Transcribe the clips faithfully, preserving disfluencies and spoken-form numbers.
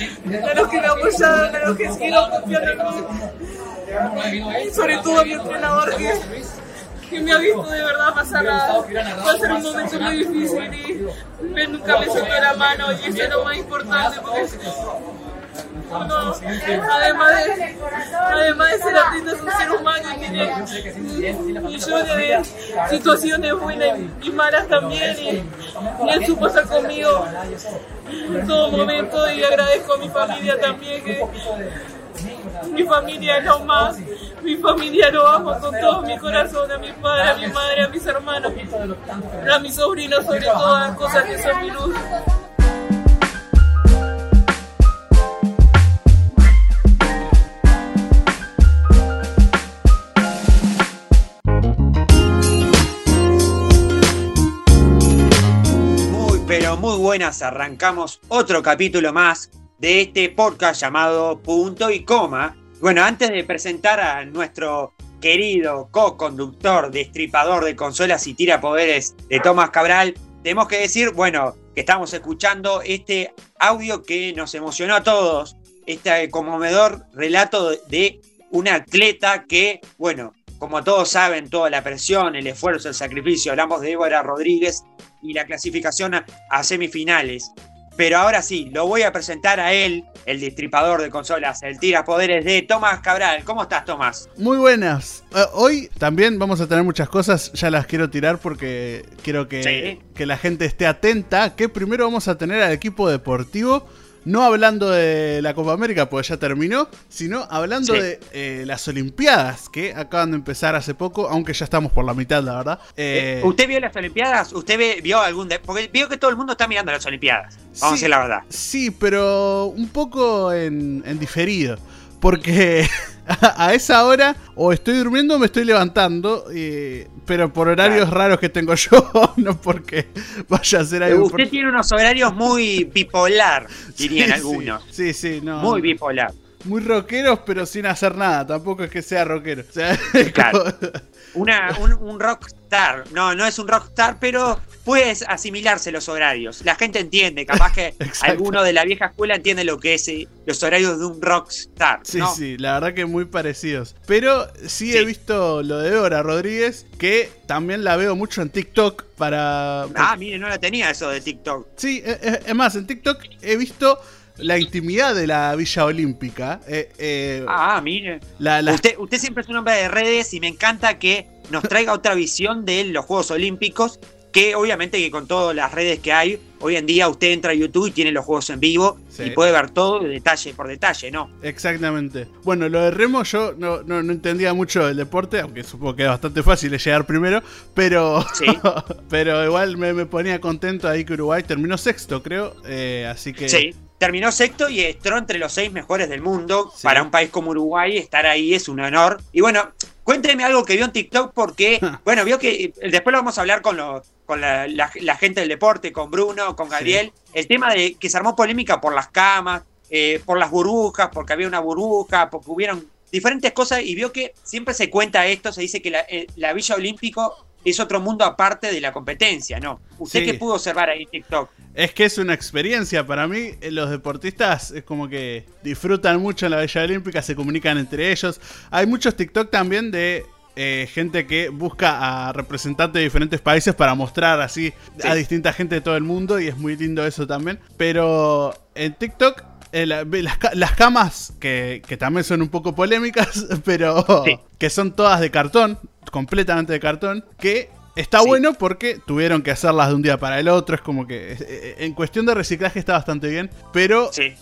a los que me apoyaron, a los que siguieron confiando en mí, y sobre todo a mi entrenador que, que me ha visto de verdad pasar, a, pasar un momento muy difícil y él nunca me soltó la mano, y eso es lo más importante porque uno, además de, además de ser atleta, es un ser humano y tiene millones de situaciones buenas y malas también, y, y él supo estar conmigo en todo momento, y agradezco a mi familia también, que mi familia es lo más, mi familia lo amo con todo mi corazón, a mi padre, a mi madre, a mis hermanos, a mis sobrinos, sobre todas las cosas que son mi luz. Pero muy buenas, arrancamos otro capítulo más de este podcast llamado Punto y Coma. Bueno, antes de presentar a nuestro querido co-conductor, destripador de consolas y tirapoderes de Tomás Cabral, tenemos que decir, bueno, que estamos escuchando este audio que nos emocionó a todos, este conmovedor relato de un atleta que, bueno, como todos saben, toda la presión, el esfuerzo, el sacrificio, hablamos de Débora Rodríguez y la clasificación a, a semifinales. Pero ahora sí, lo voy a presentar a él, el destripador de consolas, el tirapoderes de Tomás Cabral. ¿Cómo estás, Tomás? Muy buenas. Uh, hoy también vamos a tener muchas cosas, ya las quiero tirar porque quiero que, sí. que la gente esté atenta, que primero vamos a tener al equipo deportivo. No hablando de la Copa América, porque ya terminó, sino hablando sí. de eh, las Olimpiadas, que acaban de empezar hace poco, aunque ya estamos por la mitad, la verdad. Eh, ¿Usted vio las Olimpiadas? ¿Usted vio algún...? De... Porque vio que todo el mundo está mirando las Olimpiadas, vamos sí, a decir la verdad. Sí, pero un poco en, en diferido, porque a esa hora o estoy durmiendo o me estoy levantando, eh, pero por horarios claro. raros que tengo yo, no porque vaya a ser algo... Usted por... tiene unos horarios muy bipolar, dirían sí, algunos. Sí, sí, no. Muy bipolar. Muy rockeros, pero sin hacer nada, tampoco es que sea rockero. O sea, claro. Una, un, un rockstar, no, no es un rockstar, pero puedes asimilarse los horarios. La gente entiende, capaz que alguno de la vieja escuela entiende lo que es eh, los horarios de un rockstar. Sí, ¿no? sí, la verdad que muy parecidos. Pero sí, sí he visto lo de Débora Rodríguez, que también la veo mucho en TikTok para... Ah, mire, no la tenía eso de TikTok. Sí, es, es más, en TikTok he visto... la intimidad de la Villa Olímpica. Eh, eh, ah, mire. La, la... Usted, usted siempre es un hombre de redes y me encanta que nos traiga otra visión de los Juegos Olímpicos, que obviamente que con todas las redes que hay, hoy en día usted entra a YouTube y tiene los Juegos en vivo sí. y puede ver todo detalle por detalle, ¿no? Exactamente. Bueno, lo de remo yo no, no, no entendía mucho del deporte, aunque supongo que es bastante fácil de llegar primero, pero sí. pero igual me, me ponía contento ahí que Uruguay terminó sexto, creo, eh, así que... Sí. Terminó sexto y entró entre los seis mejores del mundo. Sí. Para un país como Uruguay, estar ahí es un honor. Y bueno, cuénteme algo que vio en TikTok porque, bueno, vio que después lo vamos a hablar con, lo, con la, la, la gente del deporte, con Bruno, con Gabriel. Sí. El tema de que se armó polémica por las camas, eh, por las burbujas, porque había una burbuja, porque hubieron diferentes cosas. Y vio que siempre se cuenta esto, se dice que la, eh, la Villa Olímpico es otro mundo aparte de la competencia, ¿no? ¿Usted sí. qué pudo observar ahí en TikTok? Es que es una experiencia. Para mí, los deportistas es como que disfrutan mucho en la Villa Olímpica, se comunican entre ellos. Hay muchos TikTok también de eh, gente que busca a representantes de diferentes países para mostrar así sí. a distinta gente de todo el mundo, y es muy lindo eso también. Pero en TikTok... Eh, la, las, las camas, que, que también son un poco polémicas, pero sí. que son todas de cartón, completamente de cartón, que está sí. bueno porque tuvieron que hacerlas de un día para el otro. Es como que eh, en cuestión de reciclaje está bastante bien, pero sí.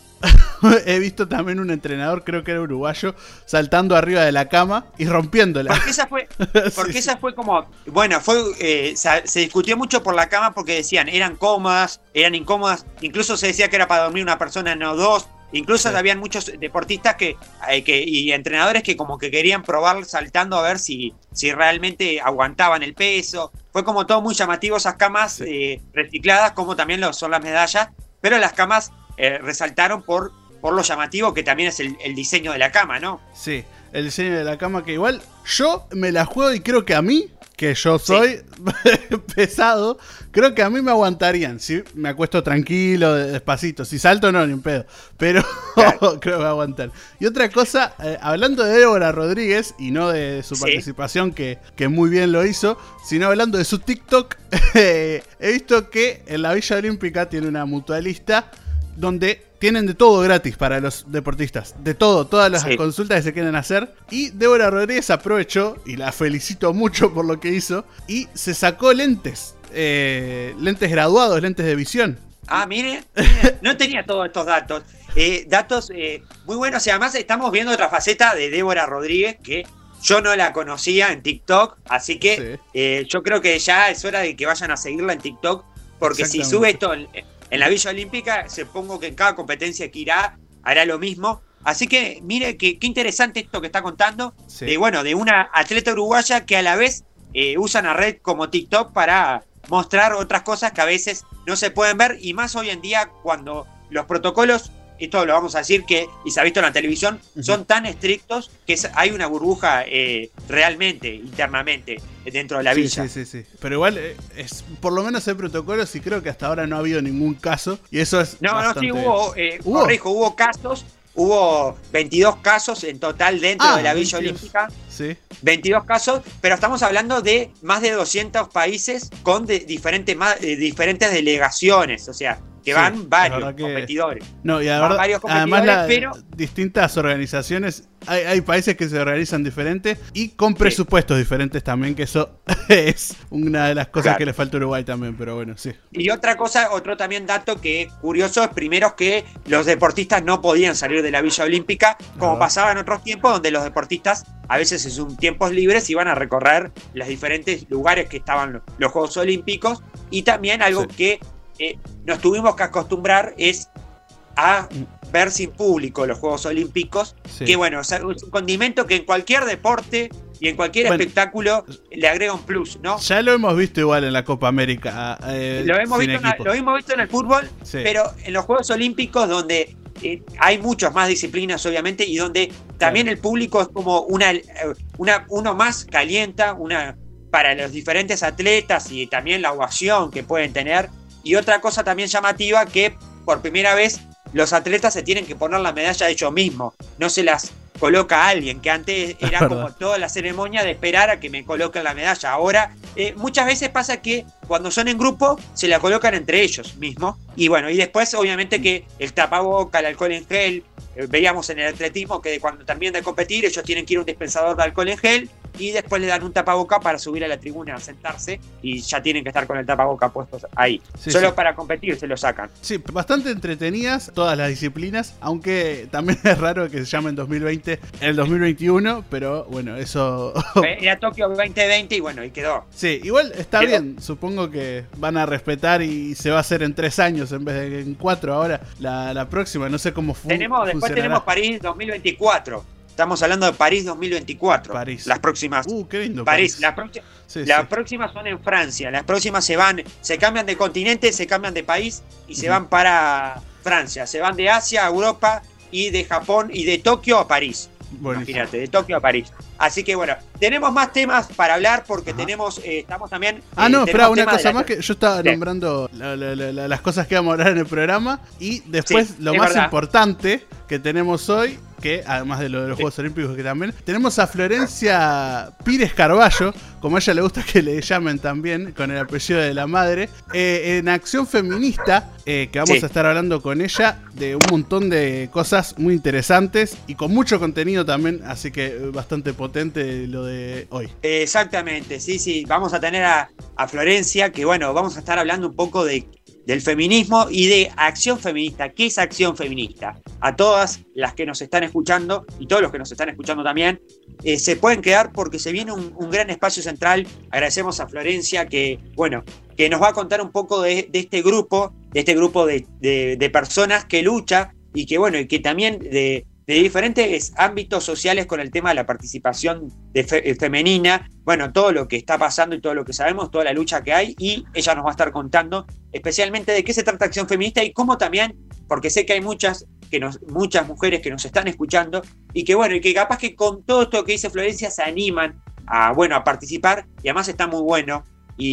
he visto también un entrenador, creo que era uruguayo, saltando arriba de la cama y rompiéndola. Porque esa fue, porque sí, esa fue como, bueno, fue eh, se, se discutió mucho por la cama porque decían, eran cómodas, eran incómodas, incluso se decía que era para dormir una persona, no dos. Incluso sí. habían muchos deportistas que, eh, que y entrenadores que como que querían probar saltando a ver si, si realmente aguantaban el peso. Fue como todo muy llamativo esas camas sí. eh, recicladas, como también lo son las medallas, pero las camas eh, resaltaron por, por lo llamativo que también es el, el diseño de la cama, ¿no? Sí, el diseño de la cama, que igual yo me la juego y creo que a mí que yo soy sí. pesado, creo que a mí me aguantarían. Si me acuesto tranquilo, despacito. Si salto, no, ni un pedo. Pero claro. creo que me va a aguantar. Y otra cosa, eh, hablando de Débora Rodríguez, y no de su sí. participación, que, que muy bien lo hizo, sino hablando de su TikTok, eh, he visto que en la Villa Olímpica tiene una mutualista donde tienen de todo gratis para los deportistas. De todo, todas las sí. consultas que se quieren hacer. Y Débora Rodríguez aprovechó, y la felicito mucho por lo que hizo, y se sacó lentes. Eh, lentes graduados, lentes de visión. Ah, mire, mire no tenía todos estos datos. Eh, datos eh, muy buenos. Y además estamos viendo otra faceta de Débora Rodríguez que yo no la conocía en TikTok. Así que sí. eh, yo creo que ya es hora de que vayan a seguirla en TikTok. Porque si sube esto en, en la Villa Olímpica, supongo que en cada competencia que irá hará lo mismo. Así que mire qué interesante esto que está contando. Sí. De, bueno, de una atleta uruguaya que a la vez eh, usa una red como TikTok para mostrar otras cosas que a veces no se pueden ver. Y más hoy en día cuando los protocolos, esto lo vamos a decir que, y se ha visto en la televisión, uh-huh. son tan estrictos que es, hay una burbuja eh, realmente, internamente, dentro de la sí, villa. Sí, sí, sí. Pero igual, eh, es por lo menos hay protocolos y creo que hasta ahora no ha habido ningún caso. Y eso es No, bastante... no, sí hubo, eh, ¿Hubo? corrijo, hubo casos, hubo veintidós casos en total dentro ah, de la Villa veintidós. Olímpica. Sí. veintidós casos, pero estamos hablando de más de doscientos países con de diferentes, de diferentes delegaciones, o sea, que sí, van varios que... competidores. No, y la verdad, varios competidores, además la, pero... distintas organizaciones, hay, hay países que se organizan diferentes y con presupuestos sí. diferentes también, que eso es una de las cosas claro. que le falta a Uruguay también, pero bueno, sí. Y otra cosa, otro también dato que es curioso, es primero que los deportistas no podían salir de la Villa Olímpica, como no. pasaba en otros tiempos, donde los deportistas a veces en sus tiempos libres iban a recorrer los diferentes lugares que estaban los Juegos Olímpicos, y también algo sí. que Eh, nos tuvimos que acostumbrar es a ver sin público los Juegos Olímpicos, sí. que bueno, es un condimento que en cualquier deporte y en cualquier bueno, espectáculo le agrega un plus, ¿no? Ya lo hemos visto igual en la Copa América. Eh, lo, hemos visto en, lo hemos visto en el fútbol, sí. pero en los Juegos Olímpicos donde eh, hay muchas más disciplinas obviamente y donde también claro. el público es como una, una uno más calienta, una para los diferentes atletas y también la ovación que pueden tener. Y otra cosa también llamativa, que por primera vez los atletas se tienen que poner la medalla de ellos mismos. No se las coloca a alguien, que antes era como toda la ceremonia de esperar a que me coloquen la medalla. Ahora, eh, muchas veces pasa que cuando son en grupo, se la colocan entre ellos mismos. Y bueno, y después obviamente que el tapaboca, el alcohol en gel, eh, veíamos en el atletismo que cuando terminan de competir, ellos tienen que ir a un dispensador de alcohol en gel, y después le dan un tapaboca para subir a la tribuna a sentarse y ya tienen que estar con el tapaboca puestos ahí. Sí, Solo sí. para competir se lo sacan. Sí, bastante entretenidas todas las disciplinas, aunque también es raro que se llamen dos mil veinte el dos mil veintiuno, pero bueno, eso... Era Tokio veinte veinte y bueno, y quedó. Sí, igual está ¿Quedó? bien, supongo que van a respetar y se va a hacer en tres años en vez de en cuatro ahora la, la próxima, no sé cómo fu- tenemos, funcionará. Después tenemos París dos mil veinticuatro. Estamos hablando de París dos mil veinticuatro. París. Las próximas. Uh, qué lindo. París. París. Las, próxim- sí, las sí. próximas son en Francia. Las próximas se van, se cambian de continente, se cambian de país y se uh-huh. van para Francia. Se van de Asia a Europa y de Japón y de Tokio a París. Buenísimo. Imagínate, de Tokio a París. Así que bueno, tenemos más temas para hablar porque Ajá. tenemos, eh, estamos también... Ah, eh, no, espera, una cosa la... más que yo estaba sí. nombrando la, la, la, las cosas que vamos a hablar en el programa y después sí, lo más verdad. importante que tenemos hoy, que además de lo de los sí. Juegos Olímpicos que también, tenemos a Florencia Pires Carballo, como a ella le gusta que le llamen también, con el apellido de la madre, eh, en Acción Feminista, eh, que vamos sí. a estar hablando con ella de un montón de cosas muy interesantes y con mucho contenido también, así que bastante potente lo de hoy. Exactamente, sí, sí, vamos a tener a, a Florencia, que bueno, vamos a estar hablando un poco de del feminismo y de acción feminista. ¿Qué es acción feminista? A todas las que nos están escuchando y todos los que nos están escuchando también, eh, se pueden quedar porque se viene un, un gran espacio central. Agradecemos a Florencia que, bueno, que nos va a contar un poco de, de este grupo, de este grupo de, de, de personas que lucha y que, bueno, y que también de, de diferentes ámbitos sociales con el tema de la participación de fe, femenina, bueno, todo lo que está pasando y todo lo que sabemos, toda la lucha que hay, y ella nos va a estar contando especialmente de qué se trata Acción Feminista y cómo también, porque sé que hay muchas, que nos, muchas mujeres que nos están escuchando y que bueno, y que capaz que con todo esto que dice Florencia se animan a, bueno, a participar, y además está muy bueno,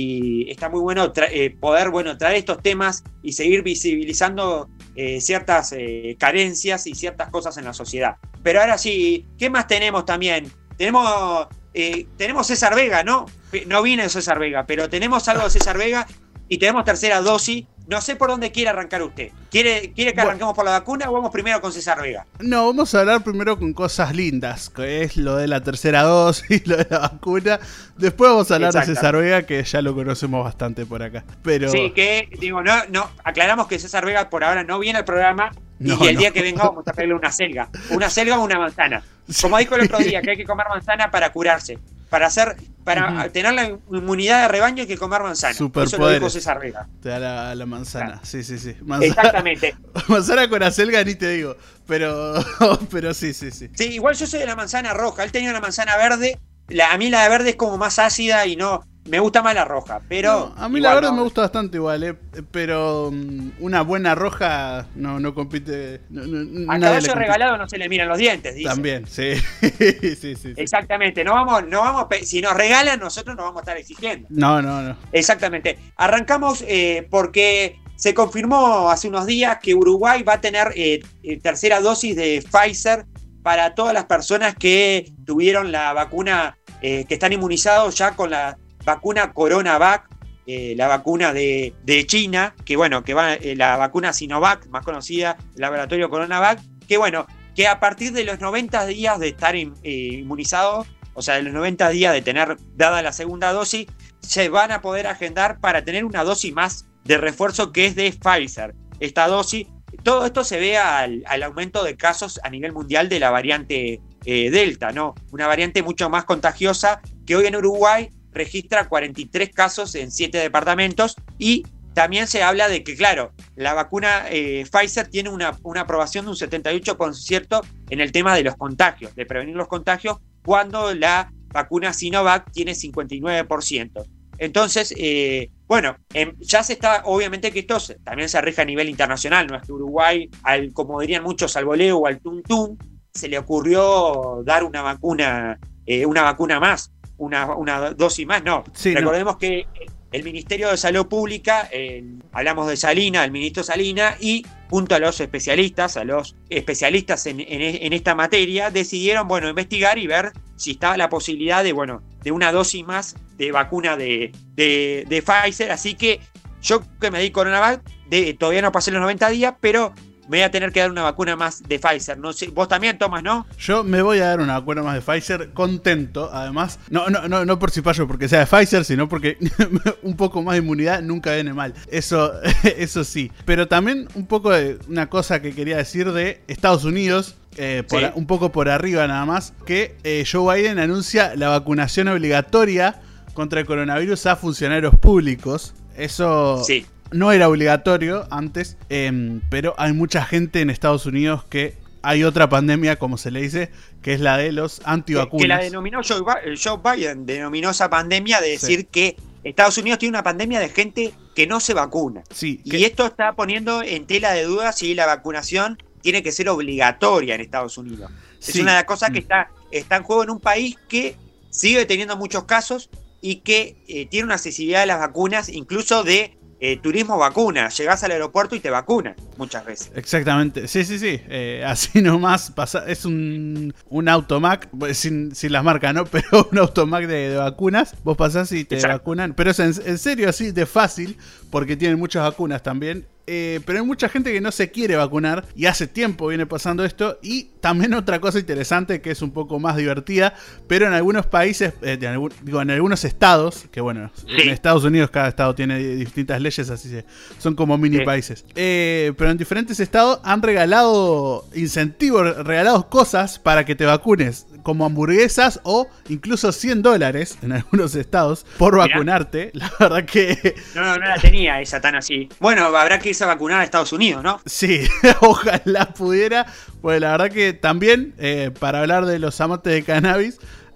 y está muy bueno eh, poder, bueno, traer estos temas y seguir visibilizando eh, ciertas eh, carencias y ciertas cosas en la sociedad. Pero ahora sí, ¿qué más tenemos también? Tenemos, eh, tenemos César Vega, ¿no? No viene César Vega, pero tenemos algo de César Vega y tenemos tercera dosis. No sé por dónde quiere arrancar usted. ¿Quiere, quiere que arranquemos por la vacuna o vamos primero con César Vega? No, vamos a hablar primero con cosas lindas, que es lo de la tercera dosis, lo de la vacuna. Después vamos a hablar de César Vega, que ya lo conocemos bastante por acá. Pero... Sí, que digo, no, no, aclaramos que César Vega por ahora no viene al programa y no, el no. día que venga vamos a traerle una selga. Una selga o una manzana. Como dijo el otro día, que hay que comer manzana para curarse. Para hacer, para uh-huh. tener la inmunidad de rebaño hay que comer manzana. Eso lo dijo César Vega. Te da la, la manzana, claro. sí, sí, sí. Manzana, exactamente. Manzana con acelga ni te digo, pero, pero sí, sí, sí. Sí, igual yo soy de la manzana roja. Él tenía una manzana verde. La, a mí la de verde es como más ácida y no... Me gusta más la roja, pero... No, a mí igual, la verde no. me gusta bastante igual, eh, pero um, una buena roja no, no compite... No, no, a caballo regalado no se le miran los dientes, dice. También, sí. sí, sí, sí. Exactamente, no vamos, no vamos, si nos regalan nosotros no vamos a estar exigiendo. No, no, no. Exactamente. Arrancamos eh, porque se confirmó hace unos días que Uruguay va a tener eh, tercera dosis de Pfizer para todas las personas que tuvieron la vacuna, eh, que están inmunizados ya con la vacuna CoronaVac, eh, la vacuna de, de China, que bueno, que va eh, la vacuna Sinovac, más conocida, el laboratorio CoronaVac, que bueno, que a partir de los noventa días de estar in, eh, inmunizado, o sea, de los noventa días de tener dada la segunda dosis, se van a poder agendar para tener una dosis más de refuerzo que es de Pfizer. Esta dosis, todo esto se ve al, al aumento de casos a nivel mundial de la variante eh, Delta, ¿no? Una variante mucho más contagiosa que hoy en Uruguay registra cuarenta y tres casos en siete departamentos y también se habla de que, claro, la vacuna eh, Pfizer tiene una, una aprobación de un setenta y ocho por ciento en el tema de los contagios, de prevenir los contagios, cuando la vacuna Sinovac tiene cincuenta y nueve por ciento. Entonces, eh, bueno, eh, ya se está, obviamente que esto se, también se rige a nivel internacional, no es que Uruguay, al, como dirían muchos, al voleo o al tuntún, se le ocurrió dar una vacuna, eh, una vacuna más. Una, una dosis más, no. Sí, Recordemos no. que el Ministerio de Salud Pública, eh, hablamos de Salina, el ministro Salina, y junto a los especialistas, a los especialistas en, en, en esta materia, decidieron, bueno, investigar y ver si estaba la posibilidad de, bueno, de una dosis más de vacuna de, de, de Pfizer. Así que yo que me di CoronaVac, de, todavía no pasé los noventa días, pero me voy a tener que dar una vacuna más de Pfizer. No sé, vos también, Tomás, ¿no? Yo me voy a dar una vacuna más de Pfizer, contento, además. No, no, no, no por si fallo porque sea de Pfizer, sino porque un poco más de inmunidad nunca viene mal. Eso, eso sí. Pero también un poco de una cosa que quería decir de Estados Unidos. Eh, por, sí. Un poco por arriba nada más. Que eh, Joe Biden anuncia la vacunación obligatoria contra el coronavirus a funcionarios públicos. Eso... Sí. No era obligatorio antes, eh, pero hay mucha gente en Estados Unidos que hay otra pandemia, como se le dice, que es la de los antivacunas. Que la denominó Joe, Joe Biden, denominó esa pandemia de decir sí. que Estados Unidos tiene una pandemia de gente que no se vacuna. Sí, y que... esto está poniendo en tela de duda si la vacunación tiene que ser obligatoria en Estados Unidos. Sí. Es una de las cosas que está, está en juego en un país que sigue teniendo muchos casos y que eh, tiene una accesibilidad de las vacunas, incluso de Eh, turismo vacuna, llegás al aeropuerto y te vacunan muchas veces. Exactamente, sí, sí, sí, eh, así nomás pasa, es un, un automac, sin, sin las marcas, ¿no? Pero un automac de, de vacunas, vos pasás y te Exacto. vacunan, pero es en, en serio así de fácil, porque tienen muchas vacunas también. Eh, pero hay mucha gente que no se quiere vacunar y hace tiempo viene pasando esto. Y también otra cosa interesante que es un poco más divertida, pero en algunos países, eh, en, algún, digo, en algunos estados, que bueno, sí. en Estados Unidos cada estado tiene distintas leyes, así se, son como mini sí. países, eh, pero en diferentes estados han regalado incentivos, regalados cosas para que te vacunes, como hamburguesas o incluso cien dólares en algunos estados por Mirá. vacunarte. La verdad que... No, no, no la tenía esa tan así. Bueno, habrá que irse a vacunar a Estados Unidos, ¿no? Sí, ojalá pudiera. Pues la verdad que también, eh, para hablar de los amantes de cannabis,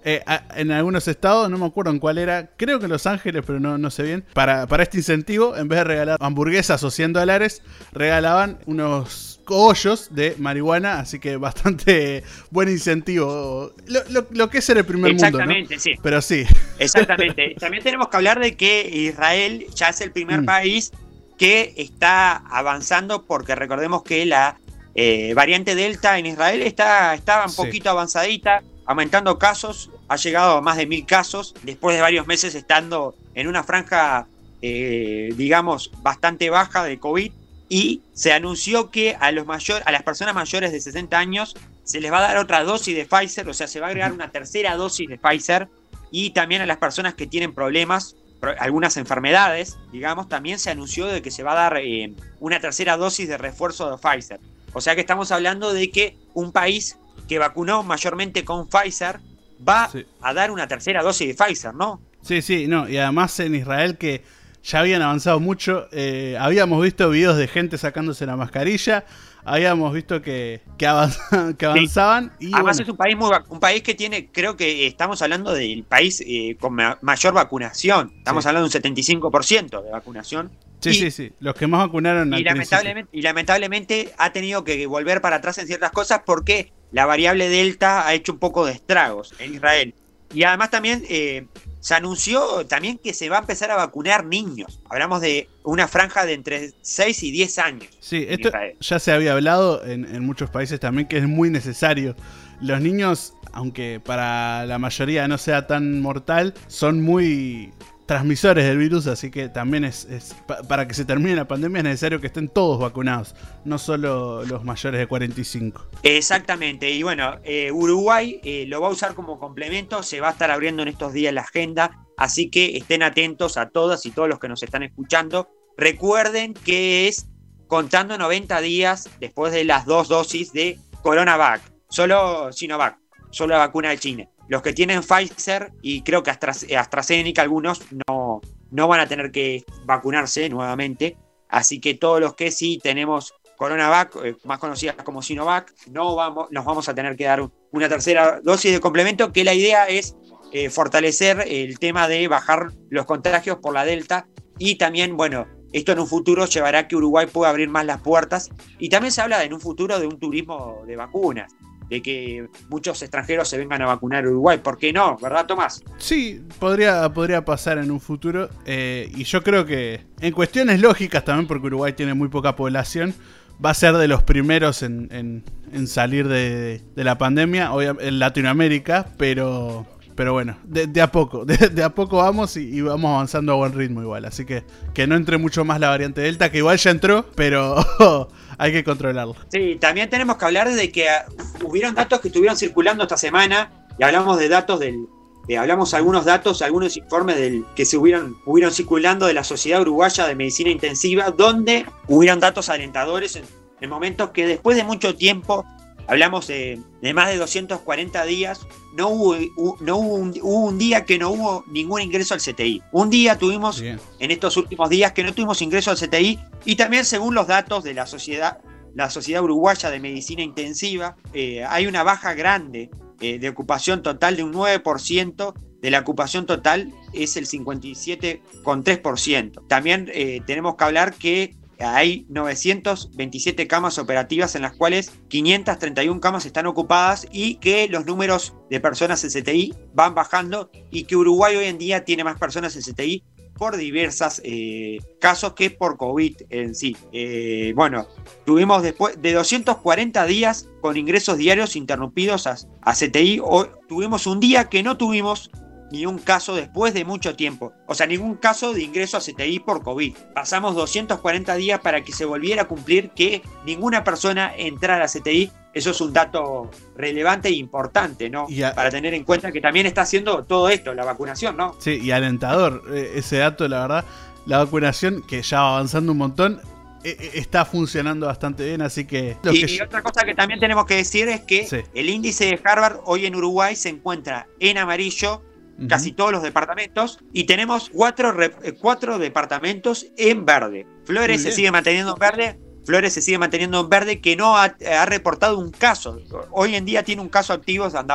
eh, a, en algunos estados, no me acuerdo en cuál era, creo que en Los Ángeles, pero no, no sé bien, para, para este incentivo, en vez de regalar hamburguesas o cien dólares, regalaban unos hoyos de marihuana, así que bastante buen incentivo. Lo, lo, lo que es ser el primer mundo, ¿no? Exactamente, sí. Pero sí. Exactamente. También tenemos que hablar de que Israel ya es el primer mm. país que está avanzando, porque recordemos que la eh, variante Delta en Israel está, está un sí. poquito avanzadita, aumentando casos, ha llegado a más de mil casos, después de varios meses estando en una franja, eh, digamos, bastante baja de COVID, y se anunció que a, los mayor, a las personas mayores de sesenta años se les va a dar otra dosis de Pfizer, o sea, se va a agregar una tercera dosis de Pfizer, y también a las personas que tienen problemas, algunas enfermedades, digamos, también se anunció de que se va a dar eh, una tercera dosis de refuerzo de Pfizer. O sea que estamos hablando de que un país que vacunó mayormente con Pfizer va sí. a dar una tercera dosis de Pfizer, ¿no? Sí, sí, no, y además en Israel que ya habían avanzado mucho, eh, habíamos visto videos de gente sacándose la mascarilla, habíamos visto que, que, avanzaban, que avanzaban. Sí. Y además bueno. es un país muy un país que tiene, creo que estamos hablando del país eh, con ma mayor vacunación. Estamos sí. hablando de un setenta y cinco por ciento de vacunación. Sí, y, sí, sí. Los que más vacunaron. Y lamentablemente, y lamentablemente ha tenido que volver para atrás en ciertas cosas porque la variable Delta ha hecho un poco de estragos en Israel. Y además también eh, se anunció también que se va a empezar a vacunar niños. Hablamos de una franja de entre seis y diez años. Sí, esto Israel. Ya se había hablado en, en muchos países también que es muy necesario. Los niños, aunque para la mayoría no sea tan mortal, son muy transmisores del virus, así que también es, es para que se termine la pandemia es necesario que estén todos vacunados, no solo los mayores de cuarenta y cinco. Exactamente, y bueno, eh, Uruguay eh, lo va a usar como complemento, se va a estar abriendo en estos días la agenda, así que estén atentos a todas y todos los que nos están escuchando. Recuerden que es contando noventa días después de las dos dosis de Coronavac, solo Sinovac, solo la vacuna de China. Los que tienen Pfizer y creo que AstraZeneca, algunos no, no van a tener que vacunarse nuevamente. Así que todos los que sí tenemos Coronavac, eh, más conocidas como Sinovac, no vamos, nos vamos a tener que dar una tercera dosis de complemento, que la idea es eh, fortalecer el tema de bajar los contagios por la Delta. Y también, bueno, esto en un futuro llevará a que Uruguay pueda abrir más las puertas. Y también se habla en un futuro de un turismo de vacunas, de que muchos extranjeros se vengan a vacunar a Uruguay. ¿Por qué no? ¿Verdad, Tomás? Sí, podría, podría pasar en un futuro. Eh, y yo creo que en cuestiones lógicas también, porque Uruguay tiene muy poca población, va a ser de los primeros en, en, en salir de, de la pandemia, obviamente en Latinoamérica, pero... Pero bueno, de, de a poco, de, de a poco vamos y, y vamos avanzando a buen ritmo igual. Así que que no entre mucho más la variante Delta, que igual ya entró, pero oh, hay que controlarlo. Sí, también tenemos que hablar de que uh, hubieron datos que estuvieron circulando esta semana, y hablamos de datos del... Eh, hablamos algunos datos, algunos informes del, que se hubieron, hubieron circulando de la Sociedad Uruguaya de Medicina Intensiva, donde hubieron datos alentadores en, en momentos que después de mucho tiempo... Hablamos de, de más de doscientos cuarenta días, no hubo, no hubo, un, hubo un día que no hubo ningún ingreso al C T I. Un día tuvimos, Bien. en estos últimos días, que no tuvimos ingreso al C T I, y también según los datos de la Sociedad, la Sociedad Uruguaya de Medicina Intensiva, eh, hay una baja grande eh, de ocupación total de un nueve por ciento, de la ocupación total es el cincuenta y siete coma tres por ciento. También eh, tenemos que hablar que hay novecientas veintisiete camas operativas, en las cuales quinientas treinta y una camas están ocupadas, y que los números de personas en C T I van bajando, y que Uruguay hoy en día tiene más personas en C T I por diversos eh, casos que por COVID en sí. Eh, bueno, tuvimos después de doscientos cuarenta días con ingresos diarios interrumpidos a, a C T I, o, tuvimos un día que no tuvimos ni un caso después de mucho tiempo. O sea, ningún caso de ingreso a C T I por COVID. Pasamos doscientos cuarenta días para que se volviera a cumplir que ninguna persona entrara a C T I. Eso es un dato relevante e importante, ¿no? A... Para tener en cuenta que también está haciendo todo esto, la vacunación, ¿no? Sí, y alentador ese dato, la verdad. La vacunación, que ya va avanzando un montón, está funcionando bastante bien, así que... Y, que... y otra cosa que también tenemos que decir es que sí. el índice de Harvard hoy en Uruguay se encuentra en amarillo, casi uh-huh. todos los departamentos, y tenemos cuatro, cuatro departamentos en verde. Flores se sigue manteniendo en verde, Flores se sigue manteniendo en verde, que no ha, ha reportado un caso. Hoy en día tiene un caso activo, andaba,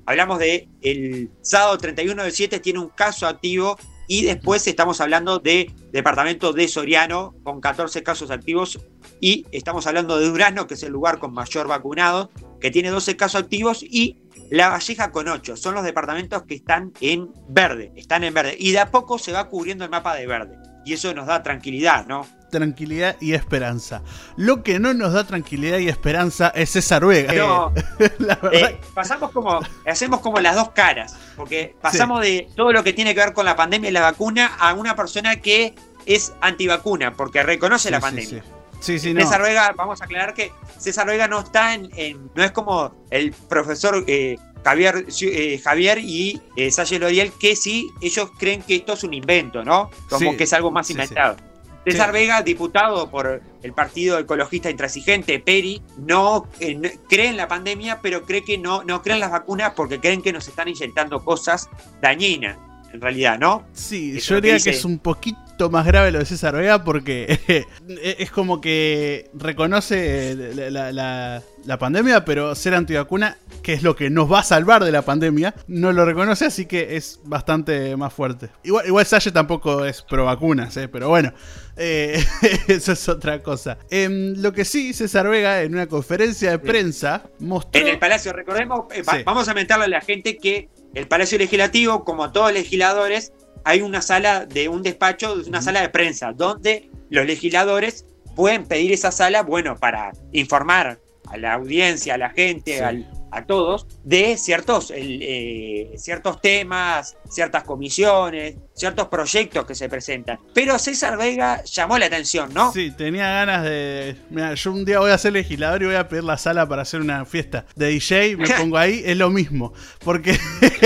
hablamos de el sábado treinta y uno del siete tiene un caso activo y después estamos hablando de departamento de Soriano con catorce casos activos y estamos hablando de Durazno, que es el lugar con mayor vacunados, que tiene doce casos activos, y La Valleja con ocho. Son los departamentos que están en verde, están en verde. Y de a poco se va cubriendo el mapa de verde. Y eso nos da tranquilidad, ¿no? Tranquilidad y esperanza. Lo que no nos da tranquilidad y esperanza es César Vega. No, la verdad. Eh, pasamos como, hacemos como las dos caras, porque pasamos sí. de todo lo que tiene que ver con la pandemia y la vacuna a una persona que es antivacuna, porque reconoce sí, la pandemia. Sí, sí. Sí, sí, César no. Vega, vamos a aclarar que César Vega no está en, en no es como el profesor eh, Javier, eh, Javier y eh, Salle Loriel, que sí, ellos creen que esto es un invento, ¿no? Como sí, que es algo más sí, inventado. Sí. César sí. Vega, diputado por el Partido Ecologista Intransigente, Peri, no, eh, no cree en la pandemia, pero cree que no, no cree en las vacunas porque creen que nos están inyectando cosas dañinas, en realidad, ¿no? Sí, Eso yo diría que, que es un poquito más grave lo de César Vega porque es como que reconoce la, la, la, la pandemia, pero ser antivacuna, que es lo que nos va a salvar de la pandemia, no lo reconoce, así que es bastante más fuerte. Igual, igual Salle tampoco es pro vacunas, ¿eh? Pero bueno, eh, eso es otra cosa. Eh, lo que sí, César Vega en una conferencia de prensa mostró... En el Palacio, recordemos, eh, sí. vamos a mentarle a la gente que el Palacio Legislativo, como todos los legisladores, hay una sala de un despacho, una sala de prensa, donde los legisladores pueden pedir esa sala, bueno, para informar a la audiencia, a la gente, sí. al, a todos, de ciertos, el, eh, ciertos temas, ciertas comisiones, ciertos proyectos que se presentan. Pero César Vega llamó la atención, ¿no? Sí, tenía ganas de... Mira, yo un día voy a ser legislador y voy a pedir la sala para hacer una fiesta de D J, me pongo ahí, es lo mismo. Porque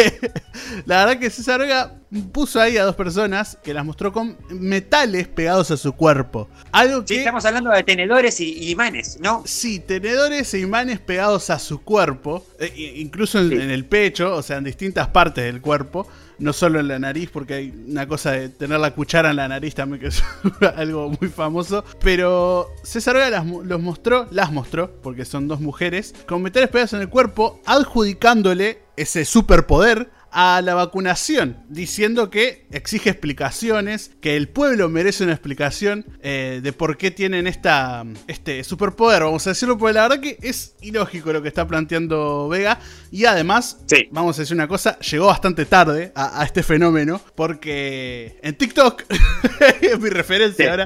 la verdad que César Vega puso ahí a dos personas que las mostró con metales pegados a su cuerpo. Algo que... Sí, estamos hablando de tenedores y, y imanes, ¿no? Sí, tenedores e imanes pegados a su cuerpo, eh, incluso en, sí. en el pecho, o sea, en distintas partes del cuerpo. No solo en la nariz, porque hay una cosa de tener la cuchara en la nariz también, que es algo muy famoso. Pero César Vega las, los mostró, las mostró, porque son dos mujeres, con metales pegados en el cuerpo, adjudicándole ese superpoder a la vacunación, diciendo que exige explicaciones, que el pueblo merece una explicación eh, de por qué tienen esta, este superpoder, vamos a decirlo, porque la verdad que es ilógico lo que está planteando Vega, y además, sí. vamos a decir una cosa, llegó bastante tarde a, a este fenómeno, porque en TikTok, es mi referencia sí. ahora,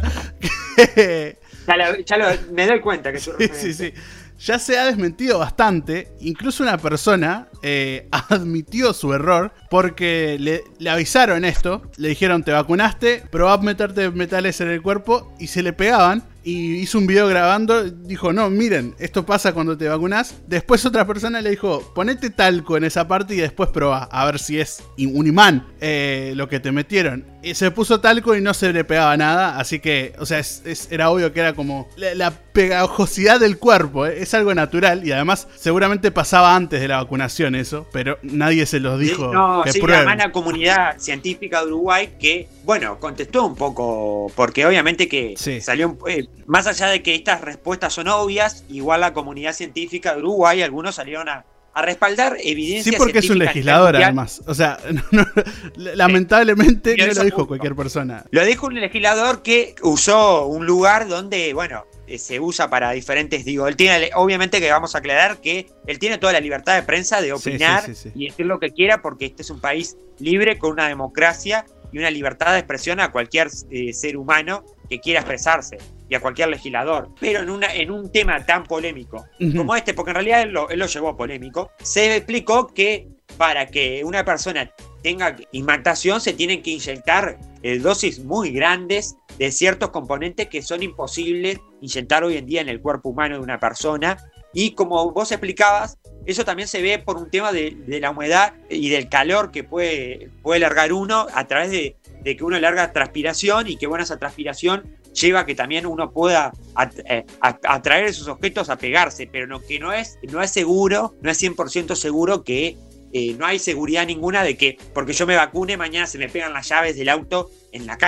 que, ya, lo, ya lo, me doy cuenta que es su referencia. Sí, sí, sí. Ya se ha desmentido bastante, incluso una persona eh, admitió su error porque le, le avisaron esto, le dijeron te vacunaste, probá a meterte metales en el cuerpo y se le pegaban. Y hizo un video grabando, dijo, no, miren, esto pasa cuando te vacunás. Después otra persona le dijo, ponete talco en esa parte y después probá, a ver si es un imán eh, lo que te metieron. Y se puso talco y no se le pegaba nada, así que, o sea, es, es, era obvio que era como la, la pegajosidad del cuerpo, eh, es algo natural y además seguramente pasaba antes de la vacunación eso, pero nadie se los dijo. No, que sí, prueben. además la comunidad científica de Uruguay que, bueno, contestó un poco, porque obviamente que sí. salió, eh, más allá de que estas respuestas son obvias, igual la comunidad científica de Uruguay, algunos salieron a, a respaldar evidencia. Sí, porque es un legislador además. O sea, no, no, lamentablemente sí. no lo dijo punto. cualquier persona. Lo dijo un legislador que usó un lugar donde, bueno, se usa para diferentes, digo, él tiene, obviamente que vamos a aclarar que él tiene toda la libertad de prensa de opinar sí, sí, sí, sí. y decir lo que quiera, porque este es un país libre con una democracia y una libertad de expresión a cualquier eh, ser humano que quiera expresarse y a cualquier legislador, pero en, una, en un tema tan polémico uh-huh. como este, porque en realidad él lo, él lo llevó polémico, se explicó que para que una persona tenga imantación se tienen que inyectar eh, dosis muy grandes de ciertos componentes que son imposibles inyectar hoy en día en el cuerpo humano de una persona, y como vos explicabas, eso también se ve por un tema de, de la humedad y del calor que puede, puede largar uno a través de, de que uno larga transpiración, y que bueno, esa transpiración lleva a que también uno pueda atraer esos objetos a pegarse, pero no, que no es, no es seguro, no es cien por ciento seguro que eh, no hay seguridad ninguna de que porque yo me vacune mañana se me pegan las llaves del auto en la cara.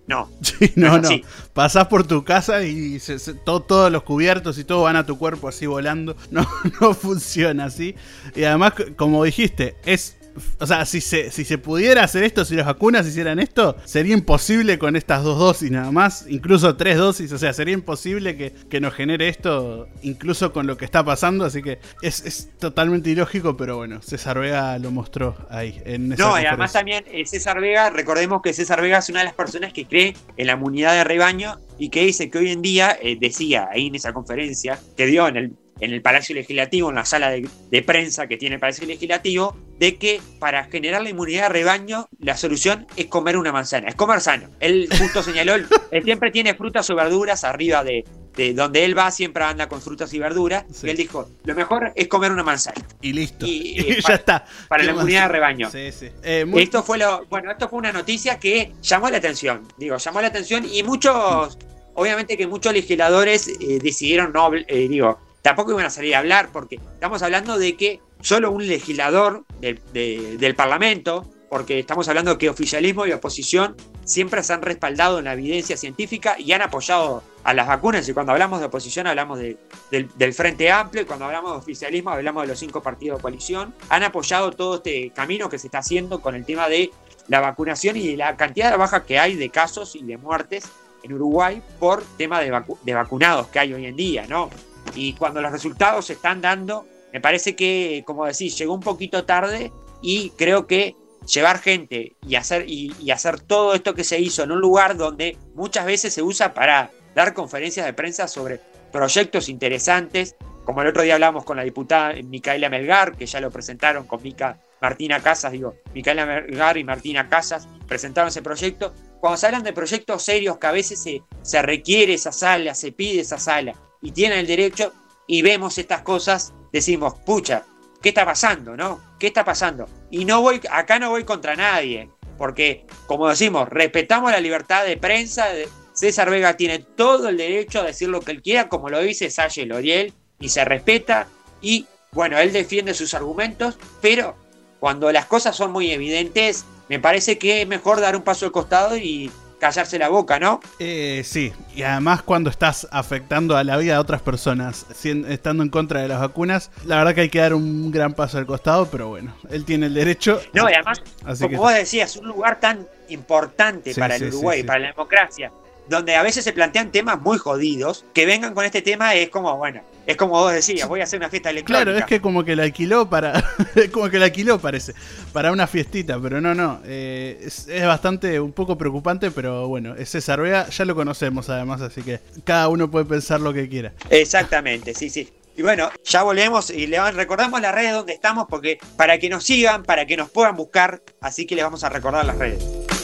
No. Sí, no, no. no. Pasás por tu casa y se, se, todo, todos los cubiertos y todo van a tu cuerpo así volando. No, no funciona así. Y además, como dijiste, es... O sea, si se, si se pudiera hacer esto, si las vacunas hicieran esto, sería imposible con estas dos dosis nada más, incluso tres dosis, o sea, sería imposible que, que nos genere esto, incluso con lo que está pasando, así que es, es totalmente ilógico, pero bueno, César Vega lo mostró ahí. En esa no, y además también eh, César Vega, recordemos que César Vega es una de las personas que cree en la inmunidad de rebaño y que dice que hoy en día, eh, decía ahí en esa conferencia que dio en el en el Palacio Legislativo, en la sala de, de prensa que tiene el Palacio Legislativo, de que para generar la inmunidad de rebaño, la solución es comer una manzana, es comer sano. Él justo señaló, él, él siempre tiene frutas o verduras arriba de, de donde él va, siempre anda con frutas y verduras, sí. Y él dijo, lo mejor es comer una manzana. Y listo, y, y eh, ya está. Para la inmunidad de rebaño. Sí, sí. Eh, muy... Esto fue lo, bueno, esto fue una noticia que llamó la atención, digo, llamó la atención y muchos, obviamente que muchos legisladores eh, decidieron no, eh, digo, tampoco iban a salir a hablar porque estamos hablando de que solo un legislador de, de, del Parlamento, porque estamos hablando de que oficialismo y oposición siempre se han respaldado en la evidencia científica y han apoyado a las vacunas, y cuando hablamos de oposición hablamos de, del, del Frente Amplio, y cuando hablamos de oficialismo hablamos de los cinco partidos de coalición, han apoyado todo este camino que se está haciendo con el tema de la vacunación y la cantidad de bajas que hay de casos y de muertes en Uruguay por tema de, vacu de vacunados que hay hoy en día, ¿no? Y cuando los resultados se están dando, me parece que, como decís, llegó un poquito tarde y creo que llevar gente y hacer, y, y hacer todo esto que se hizo en un lugar donde muchas veces se usa para dar conferencias de prensa sobre proyectos interesantes, como el otro día hablamos con la diputada Micaela Melgar, que ya lo presentaron con Mica Martina Casas, digo, Micaela Melgar y Martina Casas presentaron ese proyecto. Cuando se hablan de proyectos serios que a veces se, se requiere esa sala, se pide esa sala, y tienen el derecho, y vemos estas cosas, decimos, pucha, ¿qué está pasando, no? ¿Qué está pasando? Y no voy, acá no voy contra nadie, porque, como decimos, respetamos la libertad de prensa. César Vega tiene todo el derecho a decir lo que él quiera, como lo dice Salle L'Oreal, y se respeta, y, bueno, él defiende sus argumentos, pero cuando las cosas son muy evidentes, me parece que es mejor dar un paso al costado y callarse la boca, ¿no? Eh, sí, y además cuando estás afectando a la vida de otras personas, estando en contra de las vacunas, la verdad que hay que dar un gran paso al costado, pero bueno, él tiene el derecho. No, y además, Así como que... vos decías, un lugar tan importante sí, para el sí, Uruguay, sí, sí. para la democracia, donde a veces se plantean temas muy jodidos, que vengan con este tema es como, bueno, es como vos decías, voy a hacer una fiesta electrónica. Claro, es que como que la alquiló para, es como que la alquiló parece, para una fiestita, pero no, no, eh, es, es bastante, un poco preocupante, pero bueno, es César Vega, ya lo conocemos además, así que cada uno puede pensar lo que quiera. Exactamente, sí, sí. Y bueno, ya volvemos y le recordamos las redes donde estamos, porque para que nos sigan, para que nos puedan buscar, así que les vamos a recordar las redes.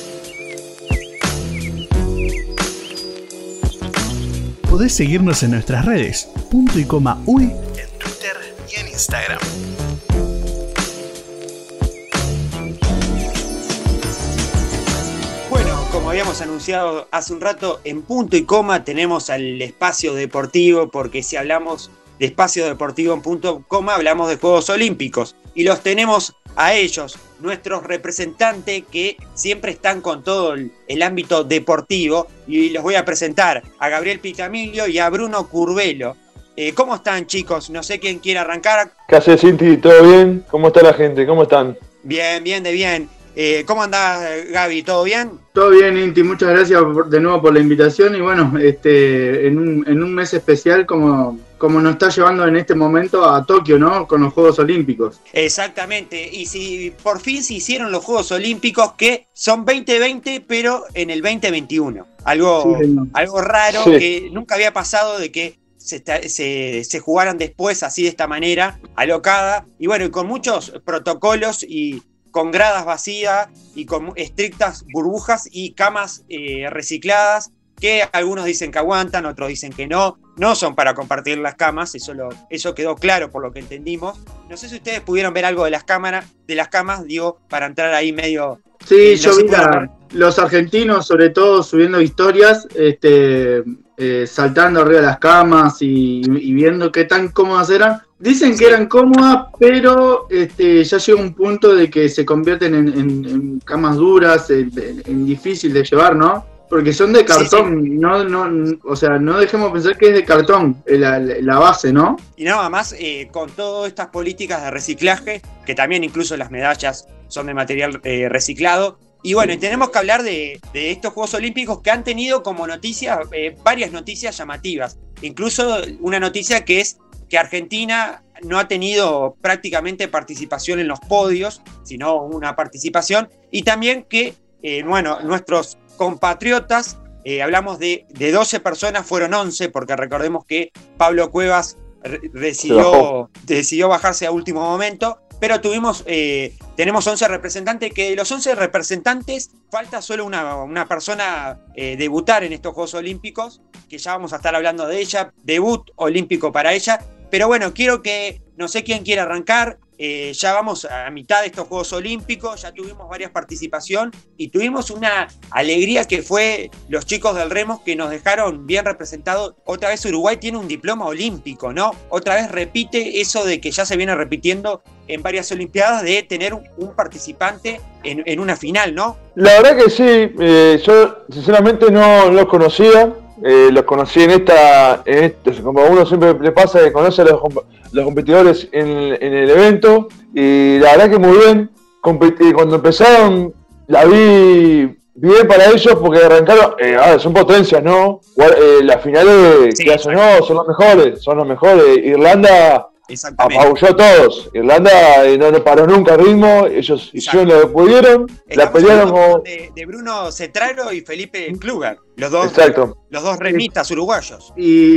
Podés seguirnos en nuestras redes, punto y coma uy, en Twitter y en Instagram. Bueno, como habíamos anunciado hace un rato, en punto y coma tenemos al espacio deportivo, porque si hablamos de espacio deportivo en punto y coma, hablamos de Juegos Olímpicos. Y los tenemos a ellos, nuestros representantes que siempre están con todo el, el ámbito deportivo, y los voy a presentar a Gabriel Pitamilio y a Bruno Curvelo. Eh, ¿Cómo están, chicos? No sé quién quiere arrancar. ¿Qué haces, Cinti? ¿Todo bien? ¿Cómo está la gente? ¿Cómo están? Bien, bien, de bien. Eh, ¿Cómo andás, Gaby? ¿Todo bien? Todo bien, Inti. Muchas gracias por, de nuevo por la invitación. Y bueno, este, en, un, en un mes especial como, como nos está llevando en este momento a Tokio, ¿no? Con los Juegos Olímpicos. Exactamente. Y si por fin se hicieron los Juegos Olímpicos, que son veinte veinte, pero en el veinte veintiuno. Algo, sí, algo raro, sí. Que nunca había pasado, de que se, se, se jugaran después así de esta manera, alocada. Y bueno, y con muchos protocolos y con gradas vacías y con estrictas burbujas y camas eh, recicladas, que algunos dicen que aguantan, otros dicen que no. No son para compartir las camas, eso, lo, eso quedó claro por lo que entendimos. No sé si ustedes pudieron ver algo de las cámaras, de las camas, digo, para entrar ahí medio... Sí, eh, yo vi a los argentinos, sobre todo, subiendo historias, este, eh, saltando arriba de las camas y, y viendo qué tan cómodas eran. Dicen que eran cómodas, pero este, ya llega un punto de que se convierten en, en, en camas duras, en, en difícil de llevar, ¿no? Porque son de cartón, sí, sí. No, no, o sea, no dejemos pensar que es de cartón la, la base, ¿no? Y nada más, eh, con todas estas políticas de reciclaje, que también incluso las medallas son de material eh, reciclado. Y bueno, tenemos que hablar de, de estos Juegos Olímpicos que han tenido como noticias, eh, varias noticias llamativas. Incluso una noticia que es que Argentina no ha tenido prácticamente participación en los podios, sino una participación. Y también que, eh, bueno, nuestros compatriotas, eh, hablamos de, de doce personas, fueron once, porque recordemos que Pablo Cuevas re decidió, decidió bajarse a último momento, pero tuvimos, eh, tenemos once representantes, que de los once representantes falta solo una, una persona eh, debutar en estos Juegos Olímpicos, que ya vamos a estar hablando de ella, debut olímpico para ella, pero bueno, quiero que, no sé quién quiere arrancar. Eh, ya vamos a mitad de estos Juegos Olímpicos, ya tuvimos varias participaciones y tuvimos una alegría que fue los chicos del remo que nos dejaron bien representados. Otra vez Uruguay tiene un diploma olímpico, ¿no? Otra vez repite eso de que ya se viene repitiendo en varias Olimpiadas de tener un, un participante en, en una final, ¿no? La verdad que sí, eh, yo sinceramente no los conocía. Eh, los conocí en esta, en este, como a uno siempre le pasa que conoce a los, los competidores en, en el evento, y la verdad que muy bien. Competi cuando empezaron la vi bien para ellos porque arrancaron, eh, a ver, son potencias, ¿no? Eh, las finales sí, que hacen, no, son los mejores, son los mejores. Irlanda apabulló a todos. Irlanda eh, no, no paró nunca el ritmo, ellos hicieron lo que pudieron. Estamos la pelearon como... de, de Bruno Cetraro y Felipe Kluger, los dos, exacto, los dos remistas uruguayos.